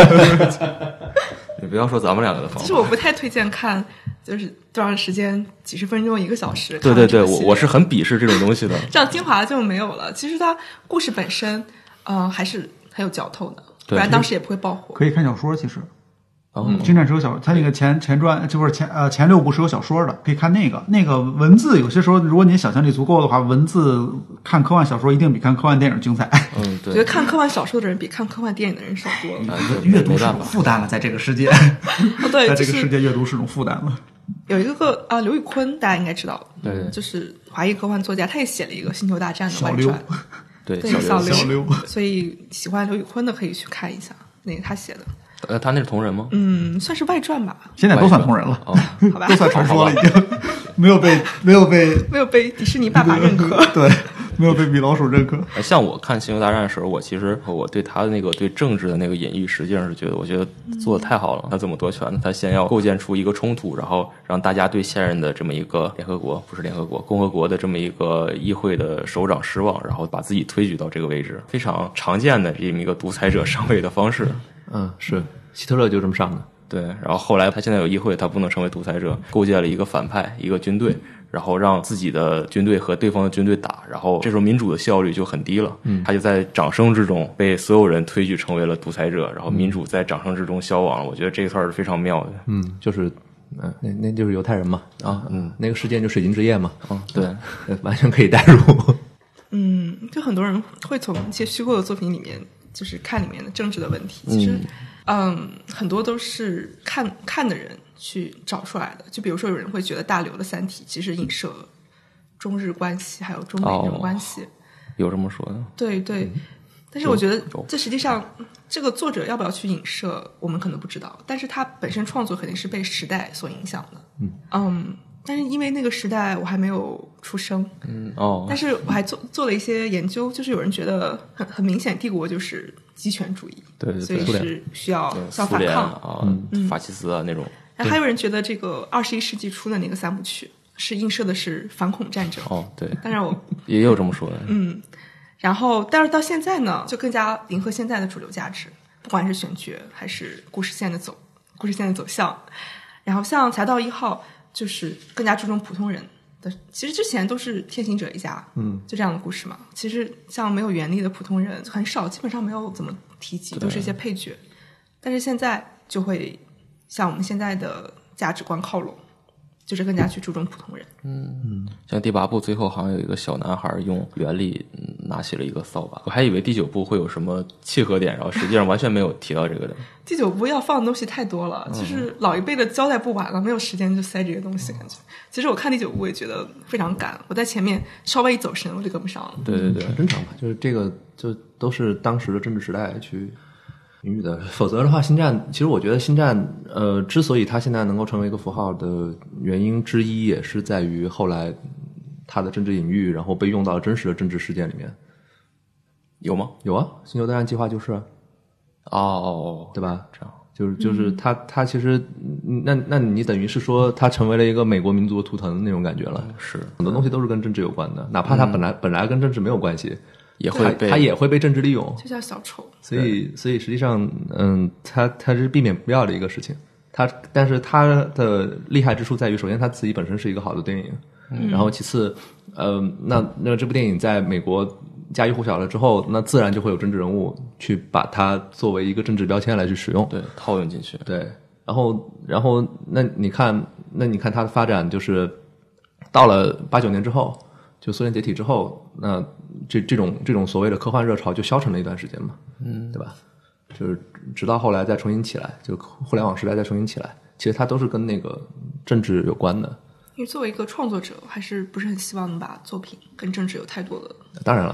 S1: 你不要说咱们两个的方法。
S3: 其实我不太推荐看，就是多长时间，几十分钟、1个小时。
S1: 对对对，我是很鄙视这种东西的。
S3: 这样精华就没有了。其实它故事本身，还是很有嚼头的，不然当时也不会爆火。
S4: 可以看小说，其实。星战是有小，它那个前传就是前6部是有小说的，可以看那个文字。有些时候，如果你想象力足够的话，文字看科幻小说一定比看科幻电影精彩。
S1: 对。
S3: 我觉得看科幻小说的人比看科幻电影的人少多了。
S4: 阅读是种负担了，在这个世界。
S3: 对，
S4: 在这个世界阅读是种负担了。
S3: 有一个刘宇昆，大家应该知道，
S1: 对，
S3: 就是华裔科幻作家，他也写了一个《星球大战》的外传。
S1: 对，
S3: 小
S4: 刘。
S3: 所以喜欢刘宇昆的可以去看一下，那个他写的。
S1: 他那是同人吗？
S3: 算是外传吧。
S4: 现在都算同人了，
S3: 好吧，
S4: 都算传说了，已经没有被
S3: 迪士尼爸爸认可。
S4: 对，没有被米老鼠认可。
S1: 像我看《星球大战》的时候，我对他的那个对政治的那个隐喻，实际上是我觉得做的太好了。他怎么夺权呢？他先要构建出一个冲突，然后让大家对现任的这么一个共和国的这么一个议会的首长失望，然后把自己推举到这个位置，非常常见的这么一个独裁者上位的方式。
S2: 是希特勒就这么上的。
S1: 对，然后后来他现在有议会，他不能成为独裁者，构建了一个反派，一个军队，然后让自己的军队和对方的军队打，然后这时候民主的效率就很低了。他就在掌声之中被所有人推举成为了独裁者，然后民主在掌声之中消亡了。我觉得这一段是非常妙的。
S2: 就是那就是犹太人嘛。那个事件就水晶之夜嘛。
S1: 对，
S2: 完全可以代入。
S3: 就很多人会从一些虚构的作品里面，就是看里面的政治的问题。其实，很多都是看的人去找出来的。就比如说，有人会觉得大刘的《三体》其实影射中日关系，还有中美这种关系。
S1: 有这么说的？
S3: 对对。但是我觉得，这实际上这个作者要不要去影射，我们可能不知道。但是他本身创作肯定是被时代所影响的。但是因为那个时代我还没有出生，但是我还做了一些研究，就是有人觉得很明显，帝国就是极权主义，
S1: 对，
S3: 所以是需要反抗
S1: 法西斯啊那种。
S3: 还有人觉得这个21世纪初的那个3部曲是映射的是反恐战争。
S1: 对，
S3: 当然我
S1: 也有这么说的。
S3: 然后但是到现在呢，就更加迎合现在的主流价值，不管是选角还是故事线的走向。然后像《侠盗1号》。就是更加注重普通人的，其实之前都是天行者一家，就这样的故事嘛。其实像没有原力的普通人很少，基本上没有怎么提及，都是一些配角。但是现在就会向我们现在的价值观靠拢，就是更加去注重普通人。
S1: 像第8部最后好像有一个小男孩用原力拿起了一个扫把，我还以为第9部会有什么契合点，然后实际上完全没有提到这个的。
S3: 第9部要放的东西太多了，就是老一辈的交代不完了，没有时间就塞这些东西，感觉。其实我看第9部也觉得非常赶，我在前面稍微一走神我就跟不上了。
S1: 对对对，
S2: 正常吧，就是这个就都是当时的政治时代去隐喻的。否则的话，星战其实我觉得星战之所以它现在能够成为一个符号的原因之一，也是在于后来它的政治隐喻，然后被用到真实的政治事件里面。
S1: 有吗？
S2: 有啊，星球大战计划就是对吧？
S1: 这样
S2: 就是它其实那你等于是说它成为了一个美国民族的图腾的那种感觉了。
S1: 是
S2: 很多东西都是跟政治有关的，哪怕它本来跟政治没有关系，它也会被政治利用，
S3: 就叫小丑。
S2: 所以实际上它是避免不了的一个事情。但是它的厉害之处在于，首先它自己本身是一个好的电影，然后其次那这部电影在美国家喻户晓了之后，那自然就会有政治人物去把它作为一个政治标签来去使用，
S1: 对，套用进去。
S2: 对，然后那你看它的发展，就是到了89年之后，就苏联解体之后，那这种所谓的科幻热潮就消沉了一段时间嘛，对吧？就是直到后来再重新起来，就互联网时代再重新起来，其实它都是跟那个政治有关的。
S3: 因为作为一个创作者，还是不是很希望能把作品跟政治有太多的。
S2: 当然了，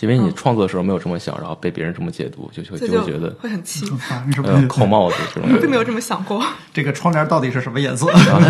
S1: 因为你创作的时候没有这么想，然后被别人这么解读，就会觉得
S3: 会很气，
S4: 为什么
S1: 扣帽子这种。
S3: 我并没有这么想过。
S4: 这个窗帘到底是什么颜色？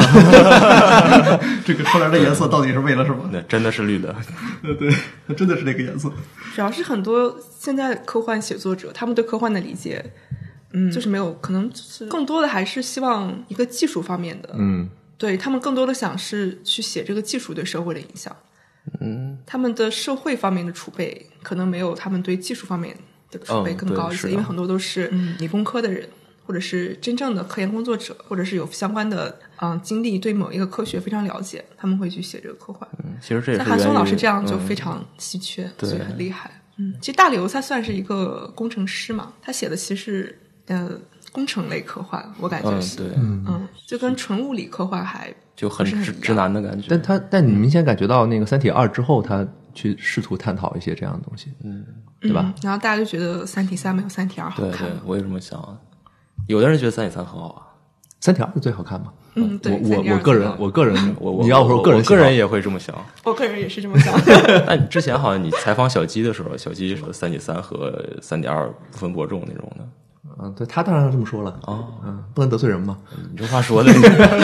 S4: 这个窗帘的颜色到底是为了什么？
S1: 那真的是绿的。
S4: 对，它真的是那个颜色。
S3: 主要是很多现在科幻写作者，他们对科幻的理解，就是没有，可能就是更多的还是希望一个技术方面的，对他们更多的想是去写这个技术对社会的影响。他们的社会方面的储备可能没有他们对技术方面的储备更高一些，因为很多都是理工科的人，或者是真正的科研工作者，或者是有相关的经历，对某一个科学非常了解，他们会去写这个科幻。
S1: 其实这也是
S3: 像韩松老师这样就非常稀缺，所以很厉害。其实大刘他算是一个工程师嘛，他写的其实工程类科幻，我感觉是，就跟纯物理科幻还
S1: 就很直男的感觉。
S2: 但你明显感觉到那个《三体2》之后，他去试图探讨一些这样的东西，对吧？
S3: 然后大家就觉得《三体3》没有《三体2》好看。
S1: 对，我也这么想。有的人觉得《三体3》很好啊，
S2: 《三体2》是最好看嘛？
S3: 对，
S2: 我个人，你要说
S1: 我个人也会这么想，
S3: 我个人也是这么想。
S1: 但你之前好像你采访小鸡的时候，小鸡说《三体3》和《三体2》不分伯仲那种的。
S2: 对，他当然这么说了不能得罪人嘛。
S1: 你这话说的。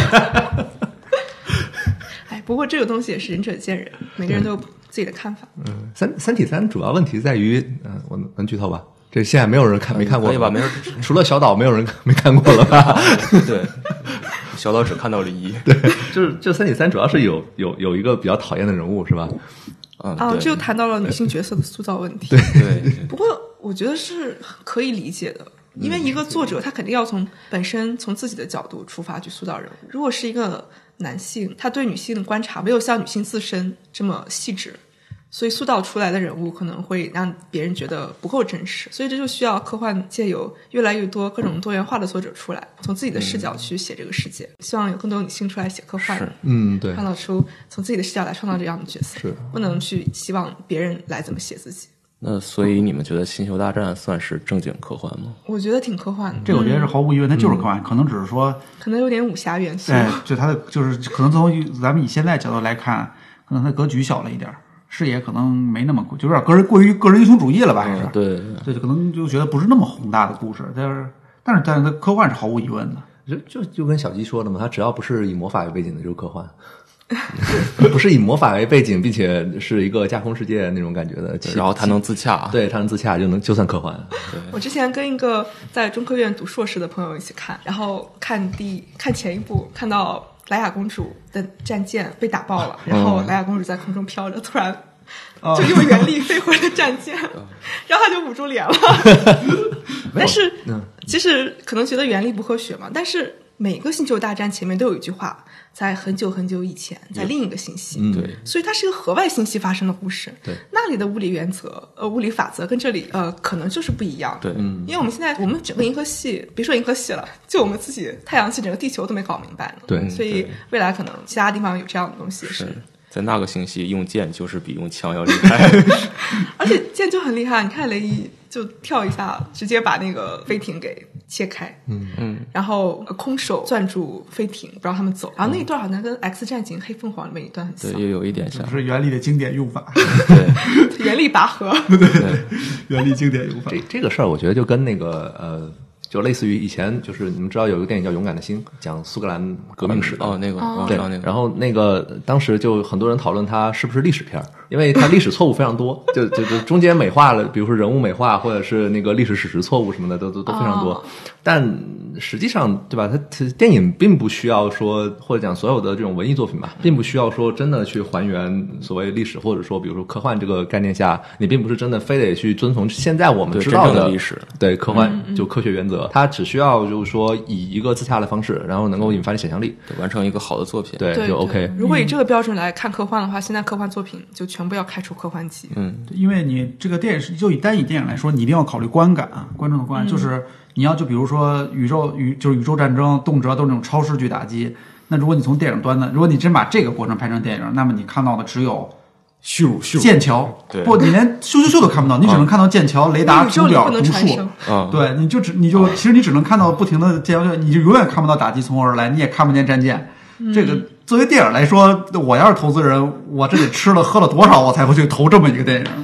S3: 不过这个东西也是仁者见仁，每个人都有自己的看法。
S2: 三体3主要问题在于，我能剧透吧？这现在没有人没看过，
S1: 可以吧？没事，
S2: 除了小岛，没有人没看过了吧？
S1: 对，小岛只看到了1。
S2: 对，就三体3主要是有一个比较讨厌的人物，是吧？
S3: 这就谈到了女性角色的塑造问题。
S1: 对。
S3: 不过我觉得是可以理解的。因为一个作者他肯定要从自己的角度出发去塑造人物。如果是一个男性，他对女性的观察没有像女性自身这么细致，所以塑造出来的人物可能会让别人觉得不够真实。所以这就需要科幻界有越来越多各种多元化的作者出来，从自己的视角去写这个世界。希望有更多女性出来写科幻，
S2: 对，
S3: 创造出从自己的视角来创造这样的角色，
S2: 是
S3: 不能去希望别人来怎么写自己。
S1: 那所以你们觉得《星球大战》算是正经科幻吗？
S3: 我觉得挺科幻的，
S4: 这个我觉得是毫无疑问，它就是科幻，可能只是说，
S3: 可能有点武侠元素。
S4: 就它的就是可能从咱们以现在角度来看，可能它格局小了一点，视野可能没那么就有点过于个人英雄主义了吧？还是
S1: 对，
S4: 就可能就觉得不是那么宏大的故事，但是它科幻是毫无疑问的。
S2: 就跟小鸡说的嘛，它只要不是以魔法为背景的就是科幻。不是以魔法为背景，并且是一个架空世界那种感觉的，
S1: 然后它能自洽，
S2: 对，它能自洽就算科幻。
S3: 我之前跟一个在中科院读硕士的朋友一起看，然后看前一部，看到莱雅公主的战舰被打爆了，然后莱雅公主在空中飘着，突然就用原力飞回了战舰，然后他就捂住脸了。但是其实可能觉得原力不科学嘛，但是每个星球大战前面都有一句话，在很久很久以前，在另一个星系，
S1: 对，
S3: 所以它是一个河外星系发生的故事。
S2: 对，
S3: 那里的物理原则、物理法则跟这里可能就是不一样。
S1: 对，
S3: 因为我们整个银河系，别说银河系了，就我们自己太阳系整个地球都没搞明白呢。
S2: 对，
S3: 所以未来可能其他地方有这样的东西是。
S1: 在那个星系用剑就是比用枪要厉害，
S3: 而且剑就很厉害。你看雷伊就跳一下，直接把那个飞艇给切开，然后空手攥住飞艇不让他们走。然后那一段好像跟 X 战警黑凤凰里面一段很像，
S1: 对，也有一点像，
S4: 是原力的经典用法，
S1: 对，
S3: 原力拔河，
S4: 对，原力经典用法。
S2: 这个事儿，我觉得就跟那个就类似于以前，就是你们知道有一个电影叫《勇敢的心》，讲苏格兰革命史的。
S1: 那个
S2: 对，然后那个当时就很多人讨论它是不是历史片，因为它历史错误非常多，就中间美化了，比如说人物美化，或者是那个历史史实错误什么的，都非常多。但实际上，对吧？它电影并不需要说，或者讲所有的这种文艺作品吧，并不需要说真的去还原所谓历史，或者说比如说科幻这个概念下，你并不是真的非得去遵从现在我们知道
S1: 的历史，
S2: 对科幻就科学原则，它只需要就是说以一个自洽的方式，然后能够引发你想象力，
S1: 完成一个好的作品，
S2: 对，就 OK。
S3: 如果以这个标准来看科幻的话，现在科幻作品就全部要开除科幻级。
S4: 因为你这个电影就以单以电影来说，你一定要考虑观感，观众的观感，就是你要就比如说宇宙战争动辄都是那种超视距打击，那如果你从电影端的，如果你真把这个过程拍成电影，那么你看到的只有
S1: 咻
S4: 剑桥，不，你连咻都看不到，你只能看到剑桥、雷达、图表、读数，对，你就其实你只能看到不停的剑桥，你就永远看不到打击从何而来，你也看不见战舰。这个作为电影来说，我要是投资人，我这里吃了喝了多少，我才会去投这么一个电影？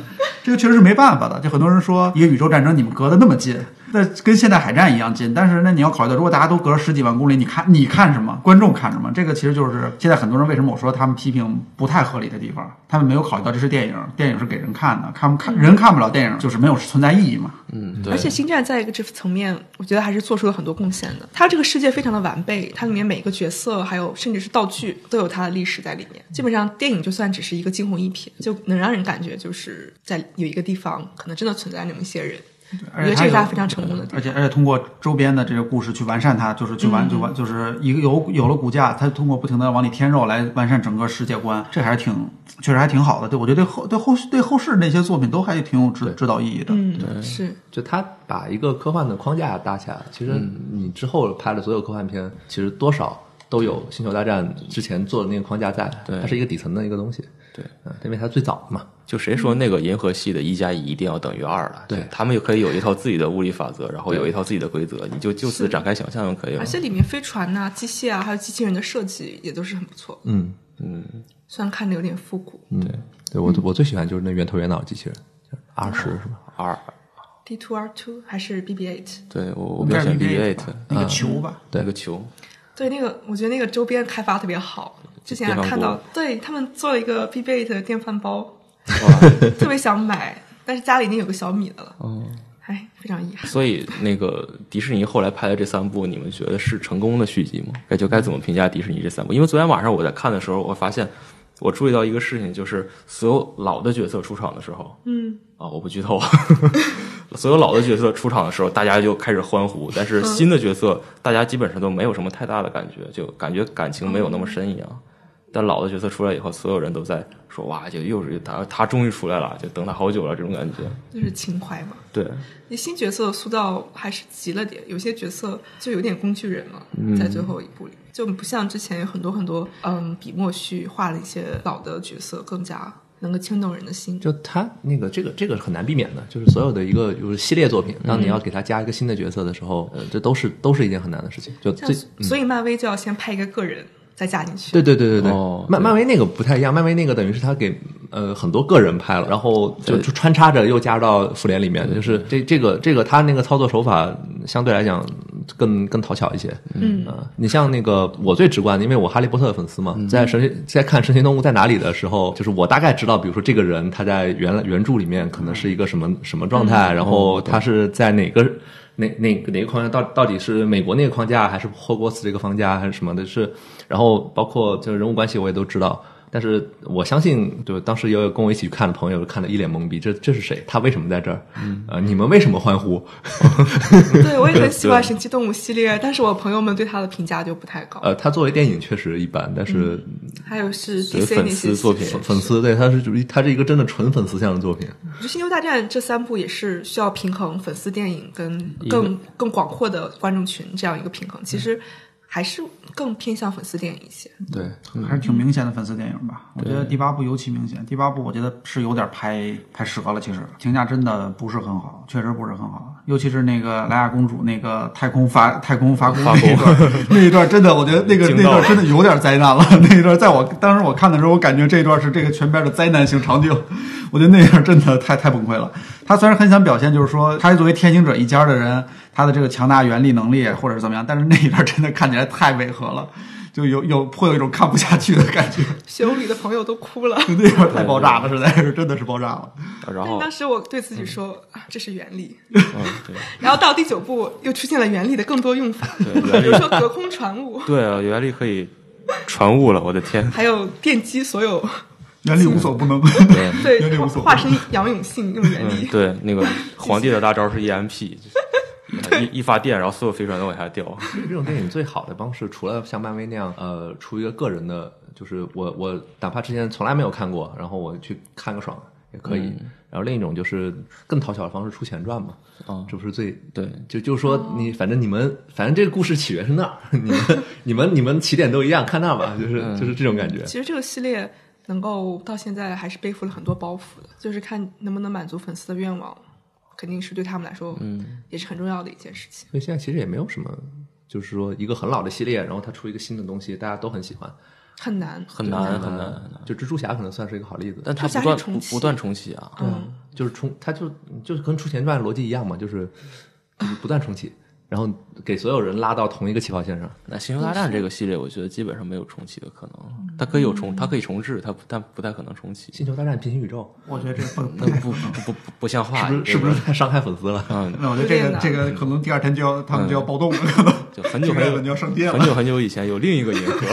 S4: 这个确实是没办法的。就很多人说一个宇宙战争你们隔得那么近，那跟现代海战一样近，但是那你要考虑到，如果大家都隔十几万公里，你看什么？观众看什么？这个其实就是现在很多人为什么我说他们批评不太合理的地方，他们没有考虑到这是电影，电影是给人看的，人看不了电影，就是没有存在意义嘛。
S1: 对。
S3: 而且星战在一个这层面，我觉得还是做出了很多贡献的。它这个世界非常的完备，它里面每一个角色还有甚至是道具都有它的历史在里面。基本上电影就算只是一个惊鸿一瞥，就能让人感觉就是在有一个地方可能真的存在那么一些人。我觉得这是他非常成功的地方，
S4: 而且通过周边的这个故事去完善它，就是就是一个有了骨架，它通过不停的往里添肉来完善整个世界观，这还是确实还挺好的。对，我觉得对后世那些作品都还挺有指导意义的。
S3: 对，是
S2: 就他把一个科幻的框架搭起来，其实你之后拍的所有科幻片，其实多少都有星球大战之前做的那个框架在，
S1: 对，
S2: 它是一个底层的一个东西。
S1: 对，
S2: 因为它最早的嘛。
S1: 就谁说那个银河系的1+1一定要等于2了？
S2: 对，
S1: 他们就可以有一套自己的物理法则，然后有一套自己的规则，你就此展开想象就可以了。
S3: 而且里面飞船啊、机械啊，还有机器人的设计也都是很不错。虽然看着有点复古。
S2: 对，我最喜欢就是那圆头圆脑机器人，R10是吧
S3: ？D2R2 还是 BB8？
S1: 对，我比较喜欢 BB8
S4: 那个球吧，
S1: 那个球。
S3: 对，那个我觉得那个周边开发特别好。之前还看到，对他们做了一个 BB8 的电饭煲，特别想买，但是家里已经有个小米的了。非常遗憾。
S1: 所以那个迪士尼后来拍的这3部，你们觉得是成功的续集吗？该怎么评价迪士尼这3部？因为昨天晚上我在看的时候，我发现我注意到一个事情，就是所有老的角色出场的时候，我不剧透啊。所有老的角色出场的时候，大家就开始欢呼，但是新的角色，大家基本上都没有什么太大的感觉，就感觉感情没有那么深一样。但老的角色出来以后，所有人都在说哇，就又是他终于出来了，就等他好久了，这种感觉
S3: 就是情怀嘛。
S1: 对，
S3: 你新角色塑造还是急了点，有些角色就有点工具人了，在最后一部里就不像之前有很多笔墨絮画了一些老的角色更加能够牵动人的心。
S2: 就他那个这个很难避免的，就是所有的一个就是系列作品，当你要给他加一个新的角色的时候，这都是一件很难的事情。
S3: 所以漫威就要先派一个个人再加进去。
S2: 对，漫威那个不太一样，漫威那个等于是他给很多个人拍了，然后就穿插着又加到复联里面，就是这个他那个操作手法相对来讲更讨巧一些。你像那个我最直观的，因为我哈利波特的粉丝嘛，在看神奇动物在哪里的时候，就是我大概知道，比如说这个人他在原著里面可能是一个什么状态，然后他是在哪个框架，到底是美国那个框架还是霍格沃茨这个框架还是什么的，是然后包括就是人物关系我也都知道。但是我相信，就当时也有跟我一起去看的朋友看得一脸懵逼，这是谁？他为什么在这儿？你们为什么欢呼？
S3: 对，我也很喜欢神奇动物系列，但是我朋友们对他的评价就不太高。
S2: 他作为电影确实一般，但是
S3: 还有是 DC
S1: 粉丝作品，
S2: 粉丝对他是一个真的纯粉丝向的作品。
S3: 我觉得《星球大战》这3部也是需要平衡粉丝电影跟更广阔的观众群这样一个平衡，其实还是更偏向粉丝电影一些。
S2: 对，
S4: 还是挺明显的粉丝电影吧。我觉得第8部尤其明显，第8部我觉得是有点拍折了，其实评价真的不是很好，确实不是很好。尤其是那个莱娅公主那个太空发功那一段真的，我觉得那段真的有点灾难了。那一段当时我看的时候，我感觉这一段是这个全片的灾难性场景。我觉得那一段真的太崩溃了。他虽然很想表现，就是说他作为天行者一家的人，他的这个强大原力能力或者是怎么样，但是那一段真的看起来太违和了，就颇有一种看不下去的感觉。
S3: 学屋里的朋友都哭了，
S4: 那段太爆炸了，实在是真的是爆炸了。
S1: 然后
S3: 当时我对自己说这是原力。然后到第9部又出现了原力的更多用法，比如说隔空传物。
S1: 对啊，原力可以传物了，我的天！
S3: 还有电击所有。
S4: 原力无所不能，
S3: 对，化身杨永信用原力。
S1: 对，那个皇帝的大招是 EMP， 一发电，然后所有飞船都往下掉。
S2: 这种电影最好的方式，除了像漫威那样，出一个个人的，就是我哪怕之前从来没有看过，然后我去看个爽也可以。然后另一种就是更讨巧的方式，出前传嘛。这不是最
S1: 对？
S2: 就是说反正这个故事起源是那儿，你们起点都一样，看那吧，就是这种感觉。
S3: 其实这个系列能够到现在还是背负了很多包袱的，就是看能不能满足粉丝的愿望，肯定是对他们来说也是很重要的一件事情。
S2: 所以现在其实也没有什么，就是说一个很老的系列，然后它出一个新的东西，大家都很喜欢，
S3: 很难。
S2: 就蜘蛛侠可能算是一个好例子，
S1: 但它不断重启啊。
S2: 就是它就是跟出前传逻辑一样嘛，就是不断重启，然后给所有人拉到同一个起跑线上。
S1: 那星球大战这个系列，我觉得基本上没有重启的可能，它可以它可以重置，但不太可能重启。
S2: 星球大战平行宇宙，
S4: 我觉得这
S1: 不像话，
S2: 是不是太伤害粉丝了？
S4: 那我觉得这个可能第二天他们就要暴动了，可能
S1: 就很久
S4: 就要上电了。
S1: 很久以前有另一个银河。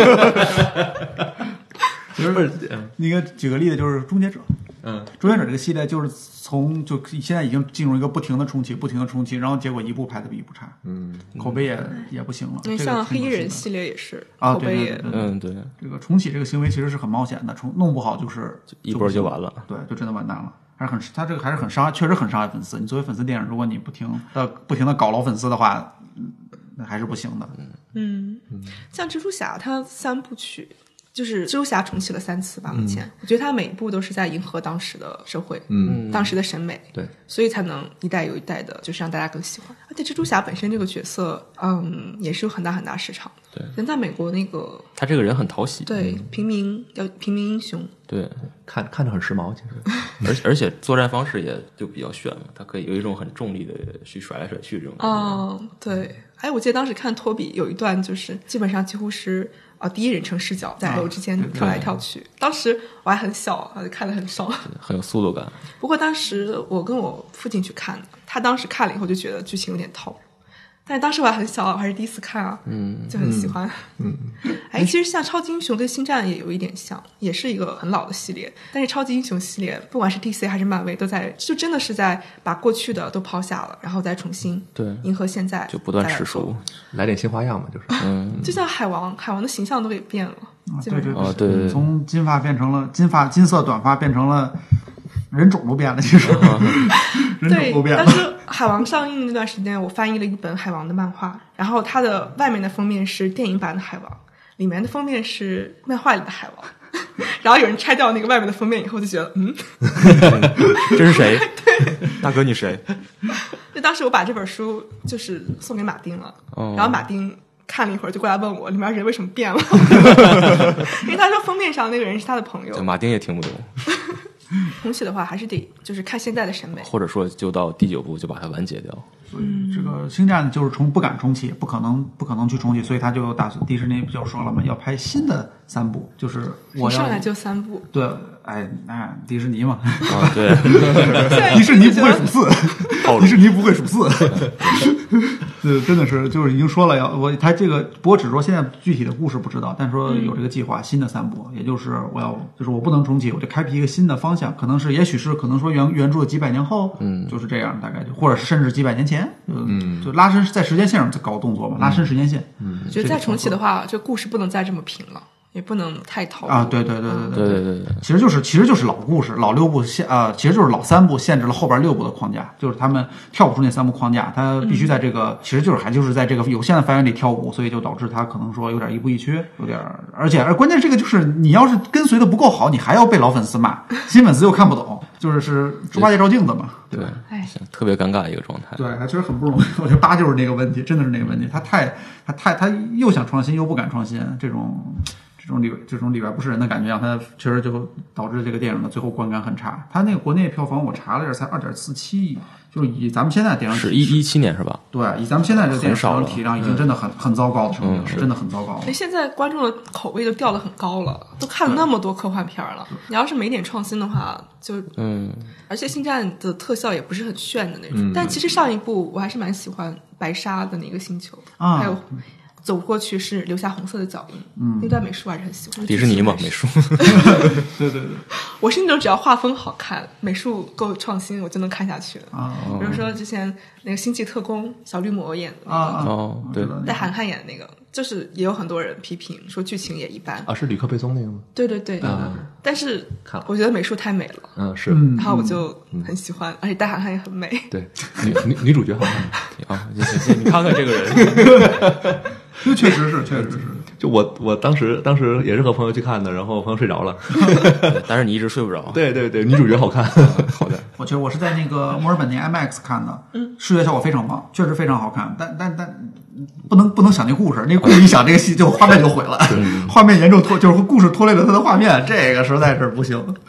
S4: 其实那个举个例子就是《终结者》，终结者这个系列就是就现在已经进入一个不停的重启，然后结果一部拍的比一部差，口碑也不行了。
S3: 因为像黑衣人系列也是
S4: 啊，
S3: 口碑也
S1: 对，
S4: 这个重启这个行为其实是很冒险的，弄不好就是
S1: 一波就完了，
S4: 对，就真的完蛋了。他这个还是很伤害，确实很伤害粉丝。你作为粉丝电影，如果你不停的搞牢粉丝的话，那还是不行的。
S3: 像蜘蛛侠，它3部曲。就是蜘蛛侠重启了3次吧，目前我觉得他每一部都是在迎合当时的社会，当时的审美，
S2: 对，
S3: 所以才能一代又一代的，就是让大家更喜欢。而且蜘蛛侠本身这个角色，也是有很大市场的。
S1: 对，
S3: 人在美国那个，
S1: 他这个人很讨喜，
S3: 对，平民英雄，
S1: 对，
S2: 看着很时髦，其实，
S1: 而且作战方式也就比较炫嘛，他可以有一种很重力的去甩来甩去这种感觉。
S3: 对，我记得当时看托比有一段，就是基本上几乎是。第一人称视角在楼之间跳来跳去，当时我还很小，就看得很爽，
S1: 很有速度感。
S3: 不过当时我跟我父亲去看的，他当时看了以后就觉得剧情有点套路，但是当时我还很小，我还是第一次看啊，就很喜欢。其实像超级英雄跟星战也有一点像，也是一个很老的系列，但是超级英雄系列不管是 DC 还是漫威，都就真的是在把过去的都抛下了，然后再重新迎合现在，
S1: 就不断试熟，
S2: 来点新花样嘛，就是
S3: 就像海王的形象都给变了，
S4: 对，从金发变成了金色短发变成了人种都变了，其实人种都变了。
S3: 当时海王上映那段时间，我翻译了一本海王的漫画，然后它的外面的封面是电影版的海王，里面的封面是漫画里的海王。然后有人拆掉那个外面的封面以后，就觉得
S1: 这是谁？大哥你谁？
S3: 就当时我把这本书就是送给马丁了，然后马丁看了一会儿就过来问我里面人为什么变了，因为他说封面上那个人是他的朋友。
S1: 马丁也听不懂。
S3: 重启的话还是得就是看现在的审美，
S1: 或者说就到第9部就把它完结掉。
S4: 所以这个星战就是不敢重启，不可能去重启，所以他就打算迪士尼就说了嘛，要拍新的3部，就是我要
S3: 上来就3部。
S4: 对，迪士尼嘛，
S1: 对，
S4: 迪士尼不会数字，迪士尼不会数字。真的是就是已经说了他这个，不过只说现在具体的故事不知道，但说有这个计划，新的3部，也就是我不能重启，我就开辟一个新的方向，也许是可能说原著的几百年后，就是这样，大概或者是甚至几百年前，就拉伸在时间线上搞动作嘛，拉伸时间线。
S3: 我觉得再重启的话，这故事不能再这么平了。也不能太套路
S4: 啊！对，其实就是老故事，老6部其实就是老3部限制了后边6部的框架，就是他们跳不出那3部框架，他必须在这个，其实就是在这个有限的范围里跳舞，所以就导致他可能说有点一步一趋，而关键这个就是你要是跟随的不够好，你还要被老粉丝骂，新粉丝又看不懂，就是猪八戒照镜子嘛，对，
S1: 特别尴尬一个状态。
S4: 对，他确实很不容易，我觉得8就是那个问题，真的是那个问题，他又想创新又不敢创新，这种里外不是人的感觉，让他确实就导致这个电影的最后观感很差。他那个国内票房我查了一下，才2.47亿，就是以咱们现在电影
S1: 是17年是吧？
S4: 对，以咱们现在这个电影体量已经真的很糟糕的成绩了，真的很糟糕了。
S3: 现在观众的口味都掉得很高了，都看了那么多科幻片了，你要是没点创新的话，就而且星战的特效也不是很炫的那种。但其实上一部我还是蛮喜欢白沙的那个星球，还有。走过去是留下红色的脚印，那段美术还是很喜欢。
S1: 迪士尼嘛，美术。
S4: 对，
S3: 我是那种只要画风好看，美术够创新，我就能看下去的。比如说之前那个《星际特工》，小绿魔演的那个，
S1: 对，
S3: 带韩寒演的那个，就是也有很多人批评说剧情也一般。
S2: 是吕克贝松那个吗？
S3: 对，但是我觉得美术太美了，
S2: 是，
S3: 然后我就很喜欢，而且带韩寒也很美。
S2: 对，女主角好看
S1: 啊！你看看这个人。
S4: 这确实是。
S2: 就我当时也是和朋友去看的，然后朋友睡着了，
S1: 但是你一直睡不着。
S2: 对，女主角好看。
S1: 好的，
S4: 我觉得我是在那个墨尔本那 IMAX 看的，视觉效果非常棒，确实非常好看。但不能想那故事，那故事一想这个戏就画面就毁了，画面严重就是故事拖累了他的画面，这个实在是不行。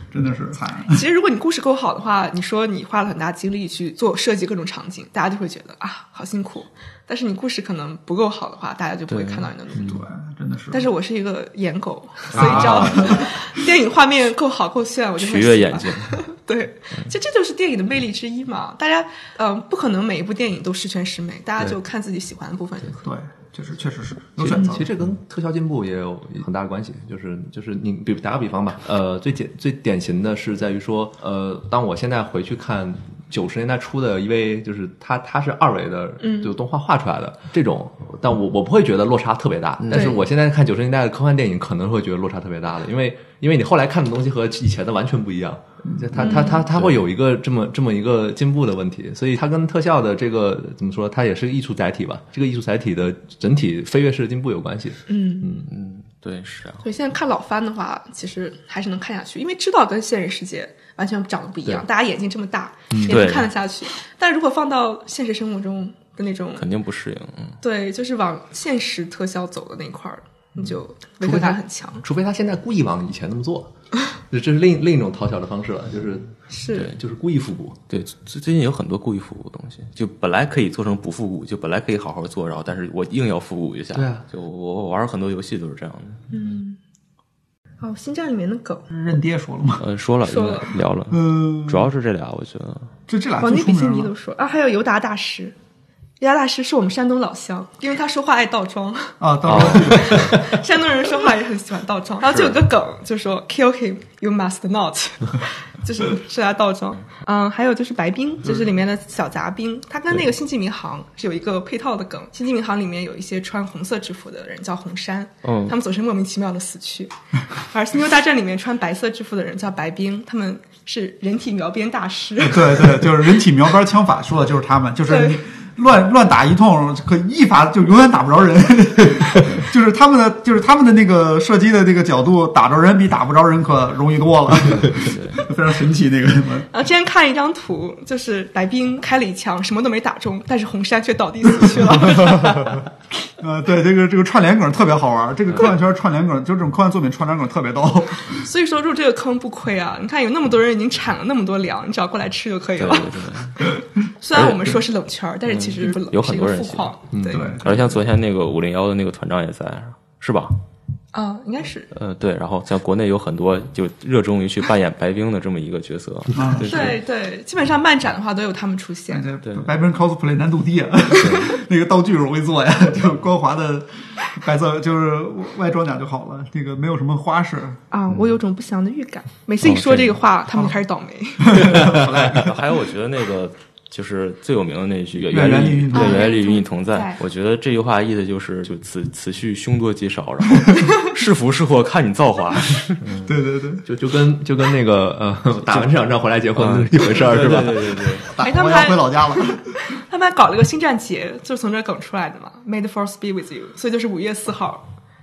S4: 真的是惨。
S3: 其实如果你故事够好的话，你说你花了很大精力去做设计各种场景，大家就会觉得啊好辛苦。但是你故事可能不够好的话，大家就不会看到你的努力。
S4: 对，真的是。
S3: 但是我是一个颜狗，所以只要电影画面够好够炫，我就会
S1: 取悦眼睛。
S3: 对，其实这就是电影的魅力之一嘛。大家不可能每一部电影都十全十美，大家就看自己喜欢的部分就可以。
S4: 对，就是确实是有选择。
S2: 其实这跟特效进步也有很大的关系。就是你打个比方吧，最典型的是在于说，当我现在回去看90年代初的一位，就是他是2维的，就动画画出来的这种，但我不会觉得落差特别大。但是我现在看90年代的科幻电影，可能会觉得落差特别大的，因为你后来看的东西和以前的完全不一样。它会有一个这么一个进步的问题，所以它跟特效的这个怎么说，它也是艺术载体吧？这个艺术载体的整体飞跃式的进步有关系。
S1: 对，是啊。
S3: 所以现在看老番的话，其实还是能看下去，因为知道跟现实世界完全长得不一样，大家眼睛这么大，也能看得下去。但如果放到现实生活中的那种，
S1: 肯定不适应。
S3: 对，就是往现实特效走的那块儿，你就违和感很强。
S2: 除非他现在故意往以前那么做。这是另一种讨巧的方式了，就是故意复古。
S1: 对，最近有很多故意复古的东西，就本来可以做成不复古，就本来可以好好做，然后但是我硬要复古一下。
S2: 对啊，
S1: 就我玩很多游戏都是这样的。
S3: 星战里面的梗，
S4: 认爹说了吗？
S1: 说了聊了。主要是这俩，我觉得
S4: 这俩
S3: 王尼比基尼
S4: 了
S3: 都说啊，还有尤达大师。尤达大师是我们山东老乡，因为他说话爱倒装
S4: 啊，倒装。
S3: 山东人说话也很喜欢倒装，然后就有个梗，就说 "Kill him, you must not"， 就是他倒装。还有就是白冰，就是里面的小杂兵，他跟那个星际迷航是有一个配套的梗。星际迷航里面有一些穿红色制服的人叫红山，他们总是莫名其妙的死去；而星球大战里面穿白色制服的人叫白冰，他们是人体描边大师。
S4: 对，就是人体描边枪法，说的就是他们，就是乱打一通，可一发就永远打不着人。就是他们的那个射击的这个角度，打着人比打不着人可容易多了。非常神奇那个。
S3: 然后之前看一张图，就是白冰开了一枪，什么都没打中，但是红山却倒地死去了。
S4: 对，这个串联梗特别好玩，这个科幻圈串联梗，就这种科幻作品串联梗特别逗。
S3: 所以说入这个坑不亏啊！你看有那么多人已经产了那么多粮，你只要过来吃就可以了。
S1: 对
S3: 虽然我们说是冷圈，但是其实不冷，
S1: 有很多人
S3: 是一个富矿。对，
S1: 而且像昨天那个501的那个团长也在，是吧？
S3: 应该是。
S1: 对，然后像国内有很多就热衷于去扮演白冰的这么一个角色。
S3: 对，基本上漫展的话都有他们出现。
S4: 对，白冰 cosplay 难度低啊，那个道具容易做呀，就光滑的白色就是外装甲就好了，这个没有什么花式
S3: 啊。我有种不祥的预感，每次一说这个话，他们就开始倒霉。
S1: 还有，我觉得那个。就是最有名的那句“
S4: 愿
S1: 力与你同在”，我觉得这句话意思就是，此序凶多吉少，然后是福是祸看你造化。
S4: 对，
S2: 就跟那个打完这场仗回来结婚一回事儿是吧？
S3: 对。他们
S4: 还回老家了。
S3: 他们还搞了个星战节，就是从这梗出来的嘛。May the Force be with you， 所以就是5月4号。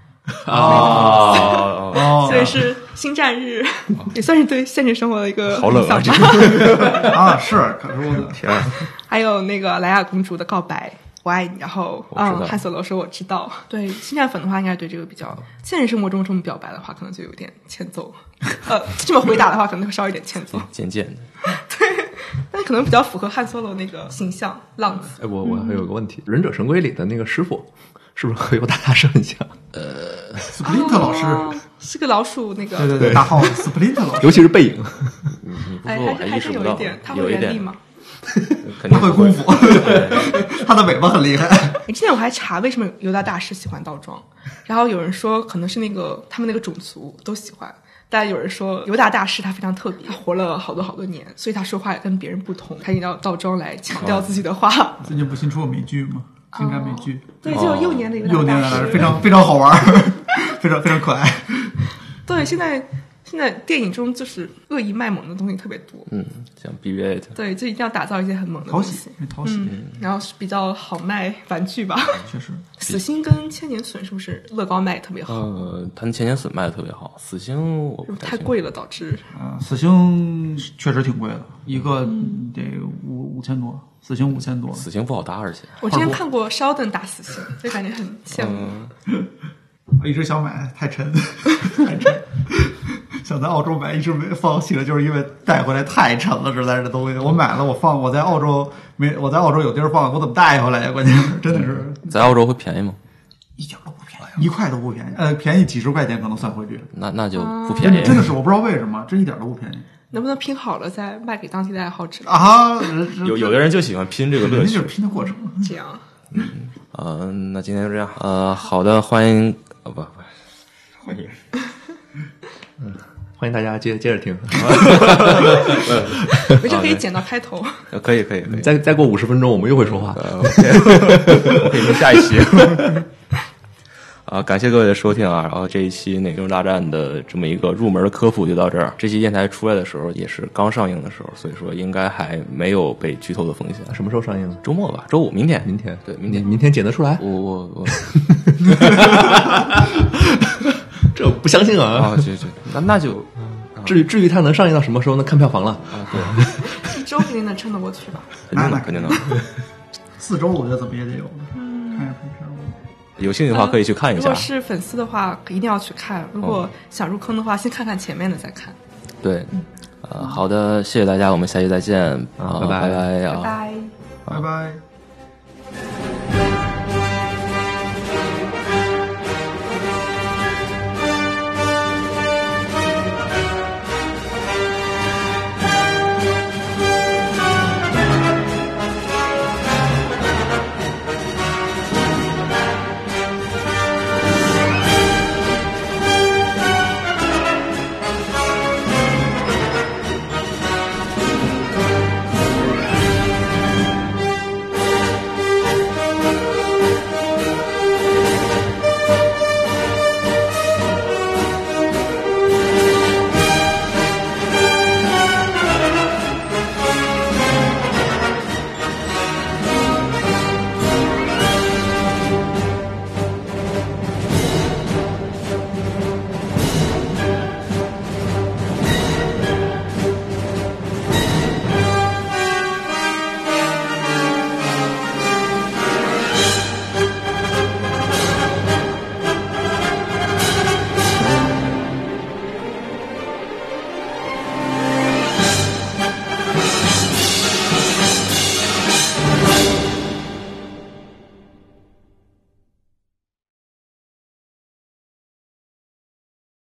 S3: 所以是星战日，也算是对现实生活的一个
S1: 好冷啊！
S4: 是，可是我的天。
S3: 还有那个莱娅公主的告白，我爱你，然后汉索罗说我知道。对星战粉的话，应该对这个比较现实生活中这么表白的话，可能就有点欠揍。这么回答的话，可能会稍微有点欠揍，
S1: 渐渐的。
S3: 对，但可能比较符合汉索罗那个形象，浪子。
S2: 我还有个问题，忍者神龟里的那个师傅。是不是和尤达大师很像？
S4: 斯普林特老师
S3: 是个老鼠，那个
S4: 对大号斯普林特老师，
S2: 尤其是背影。
S1: 你不说我还意识不到，
S3: 他会原力吗？
S1: 肯定
S4: 会功夫，他的尾巴很厉害。
S3: 之前我还查为什么尤达大师喜欢倒装，然后有人说可能是他们那个种族都喜欢，但有人说尤达大师他非常特别，他活了好多年，所以他说话也跟别人不同，他一定要倒装来强调自己的话。
S4: 最近不新出过美剧吗？星战美剧，
S3: 对，就有幼年的一个
S4: 幼年的非常好玩，非常可爱。
S3: 对，现在电影中就是恶意卖萌的东西特别多，
S1: 像 BB-8，
S3: 对，就一定要打造一些很萌的东西，
S4: 讨喜，
S3: 然后是比较好卖玩具吧。
S4: 确实，
S3: 死星跟千年隼是不是乐高卖的特别好？
S1: 他千年隼卖的特别好，死星我不
S3: 太贵了导致。
S4: 死星确实挺贵的，一个得5000多。死星5000多，
S1: 死星不好打，而且
S3: 我之前看过Sheldon打死星，就感觉很羡慕。
S4: 我一直想买，太沉。 想在澳洲买，一直没放弃了，就是因为带回来太沉了，实在是这东西。我买了，我在澳洲有地儿放，我怎么带回来呀？关键是真的是
S1: 在澳洲会便宜吗？
S4: 一点都不便宜，1块都不便宜，便宜几十块钱可能算汇率。
S1: 那就不便宜，
S4: 真的是我不知道为什么，这一点都不便宜。
S3: 能不能拼好了再卖给当地的爱好者
S4: 啊？
S1: 有的人就喜欢拼这个乐趣，
S4: 就是拼的过程。
S3: 这样。
S1: 那今天就这样。好的，欢迎欢迎。
S2: 欢迎大家接着听。
S3: 没事可以剪到开头。
S1: 可以。
S2: 再过50分钟，我们又会说话。
S1: 我可以说下一期。感谢各位的收听啊！然后这一期《那个星球大战》的这么一个入门的科普就到这儿。这期电台出来的时候也是刚上映的时候，所以说应该还没有被剧透的风险。
S2: 什么时候上映？
S1: 周末吧，周五，明天。对，
S2: 明天剪得出来？
S1: 我
S2: 这不相信啊！
S1: 那就
S2: 至于它能上映到什么时候呢？看票房了
S1: 对，
S3: 1周肯定能撑得过去吧？
S1: 肯定能。
S4: 4周我觉得怎么也得有的。看一下片儿。
S1: 有兴趣的话可以去看一下。
S3: 如果是粉丝的话，一定要去看。如果想入坑的话，先看看前面的再看。
S1: 对，好的，谢谢大家，我们下期再见。
S2: 拜拜
S3: 拜拜。
S4: 拜拜。